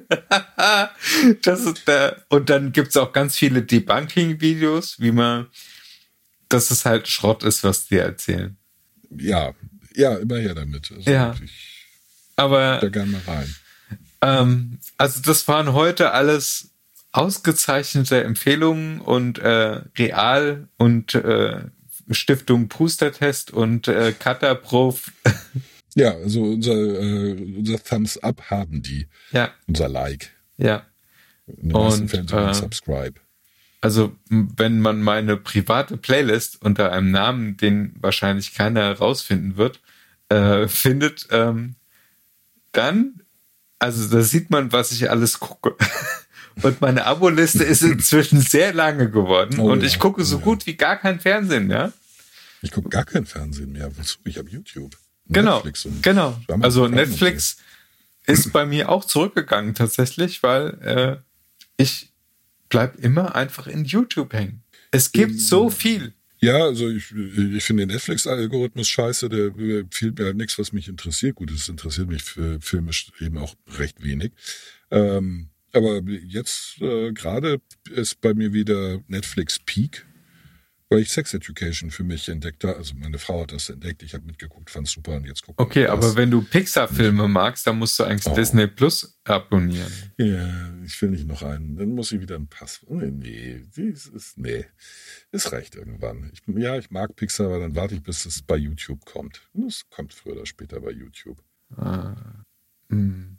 Das ist der, und dann gibt's auch ganz viele Debunking-Videos, wie man, dass es halt Schrott ist, was die erzählen. Ja, ja, immer her damit. Also Ja. Ich Aber da gerne mal rein. ähm, also das waren heute alles ausgezeichnete Empfehlungen und äh, Real und äh, Stiftung Pustertest und äh, Cutterprof. Ja, also unser, äh, unser Thumbs Up haben die. Ja, Unser Like. ja. In den meisten Und, Fällen sogar äh, Subscribe. Also m- wenn man meine private Playlist unter einem Namen, den wahrscheinlich keiner herausfinden wird, äh, findet, ähm, dann, also da sieht man, was ich alles gucke. Und meine Aboliste ist inzwischen sehr lange geworden. Oh und ja, ich gucke so oh ja. gut wie gar kein Fernsehen, ja? Ich gucke gar kein Fernsehen mehr. Wozu? Ich habe YouTube. Genau, Netflix und genau. Amazon Also Prime und Netflix ist bei mir auch zurückgegangen tatsächlich, weil äh, ich bleib immer einfach in YouTube hängen. Es gibt so viel. Ja, also ich, ich finde den Netflix-Algorithmus scheiße, der empfiehlt mir halt nichts, was mich interessiert. Gut, es interessiert mich für filmisch eben auch recht wenig. Ähm, aber jetzt äh, gerade ist bei mir wieder Netflix Peak, weil ich Sex Education für mich entdeckt habe. Also meine Frau hat das entdeckt, ich habe mitgeguckt, fand's super und jetzt gucken Okay, wir aber das. wenn du Pixar-Filme magst, dann musst du eigentlich Oh. Disney Plus abonnieren. Ja, ich will nicht noch einen. Dann muss ich wieder einen Pass. Nee, nee, das ist, nee. Es reicht irgendwann. Ich, ja, ich mag Pixar, aber dann warte ich, bis es bei YouTube kommt. Und es kommt früher oder später bei YouTube. Ah. Hm.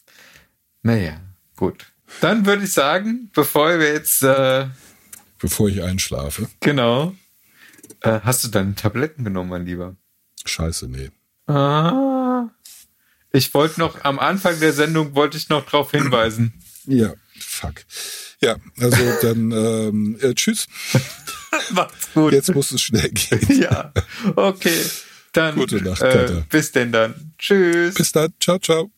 Naja, gut. Dann würde ich sagen, bevor wir jetzt, äh, Bevor ich einschlafe. genau, äh, hast du deine Tabletten genommen, mein Lieber? Scheiße, nee. Ah. Ich wollte noch, am Anfang der Sendung wollte ich noch darauf hinweisen. Ja, fuck. Ja, also dann ähm, äh, tschüss. Macht's gut. Jetzt muss es schnell gehen. Ja, okay. Dann Gute Nacht, äh, Katja. bis denn dann. Tschüss. Bis dann. Ciao, ciao.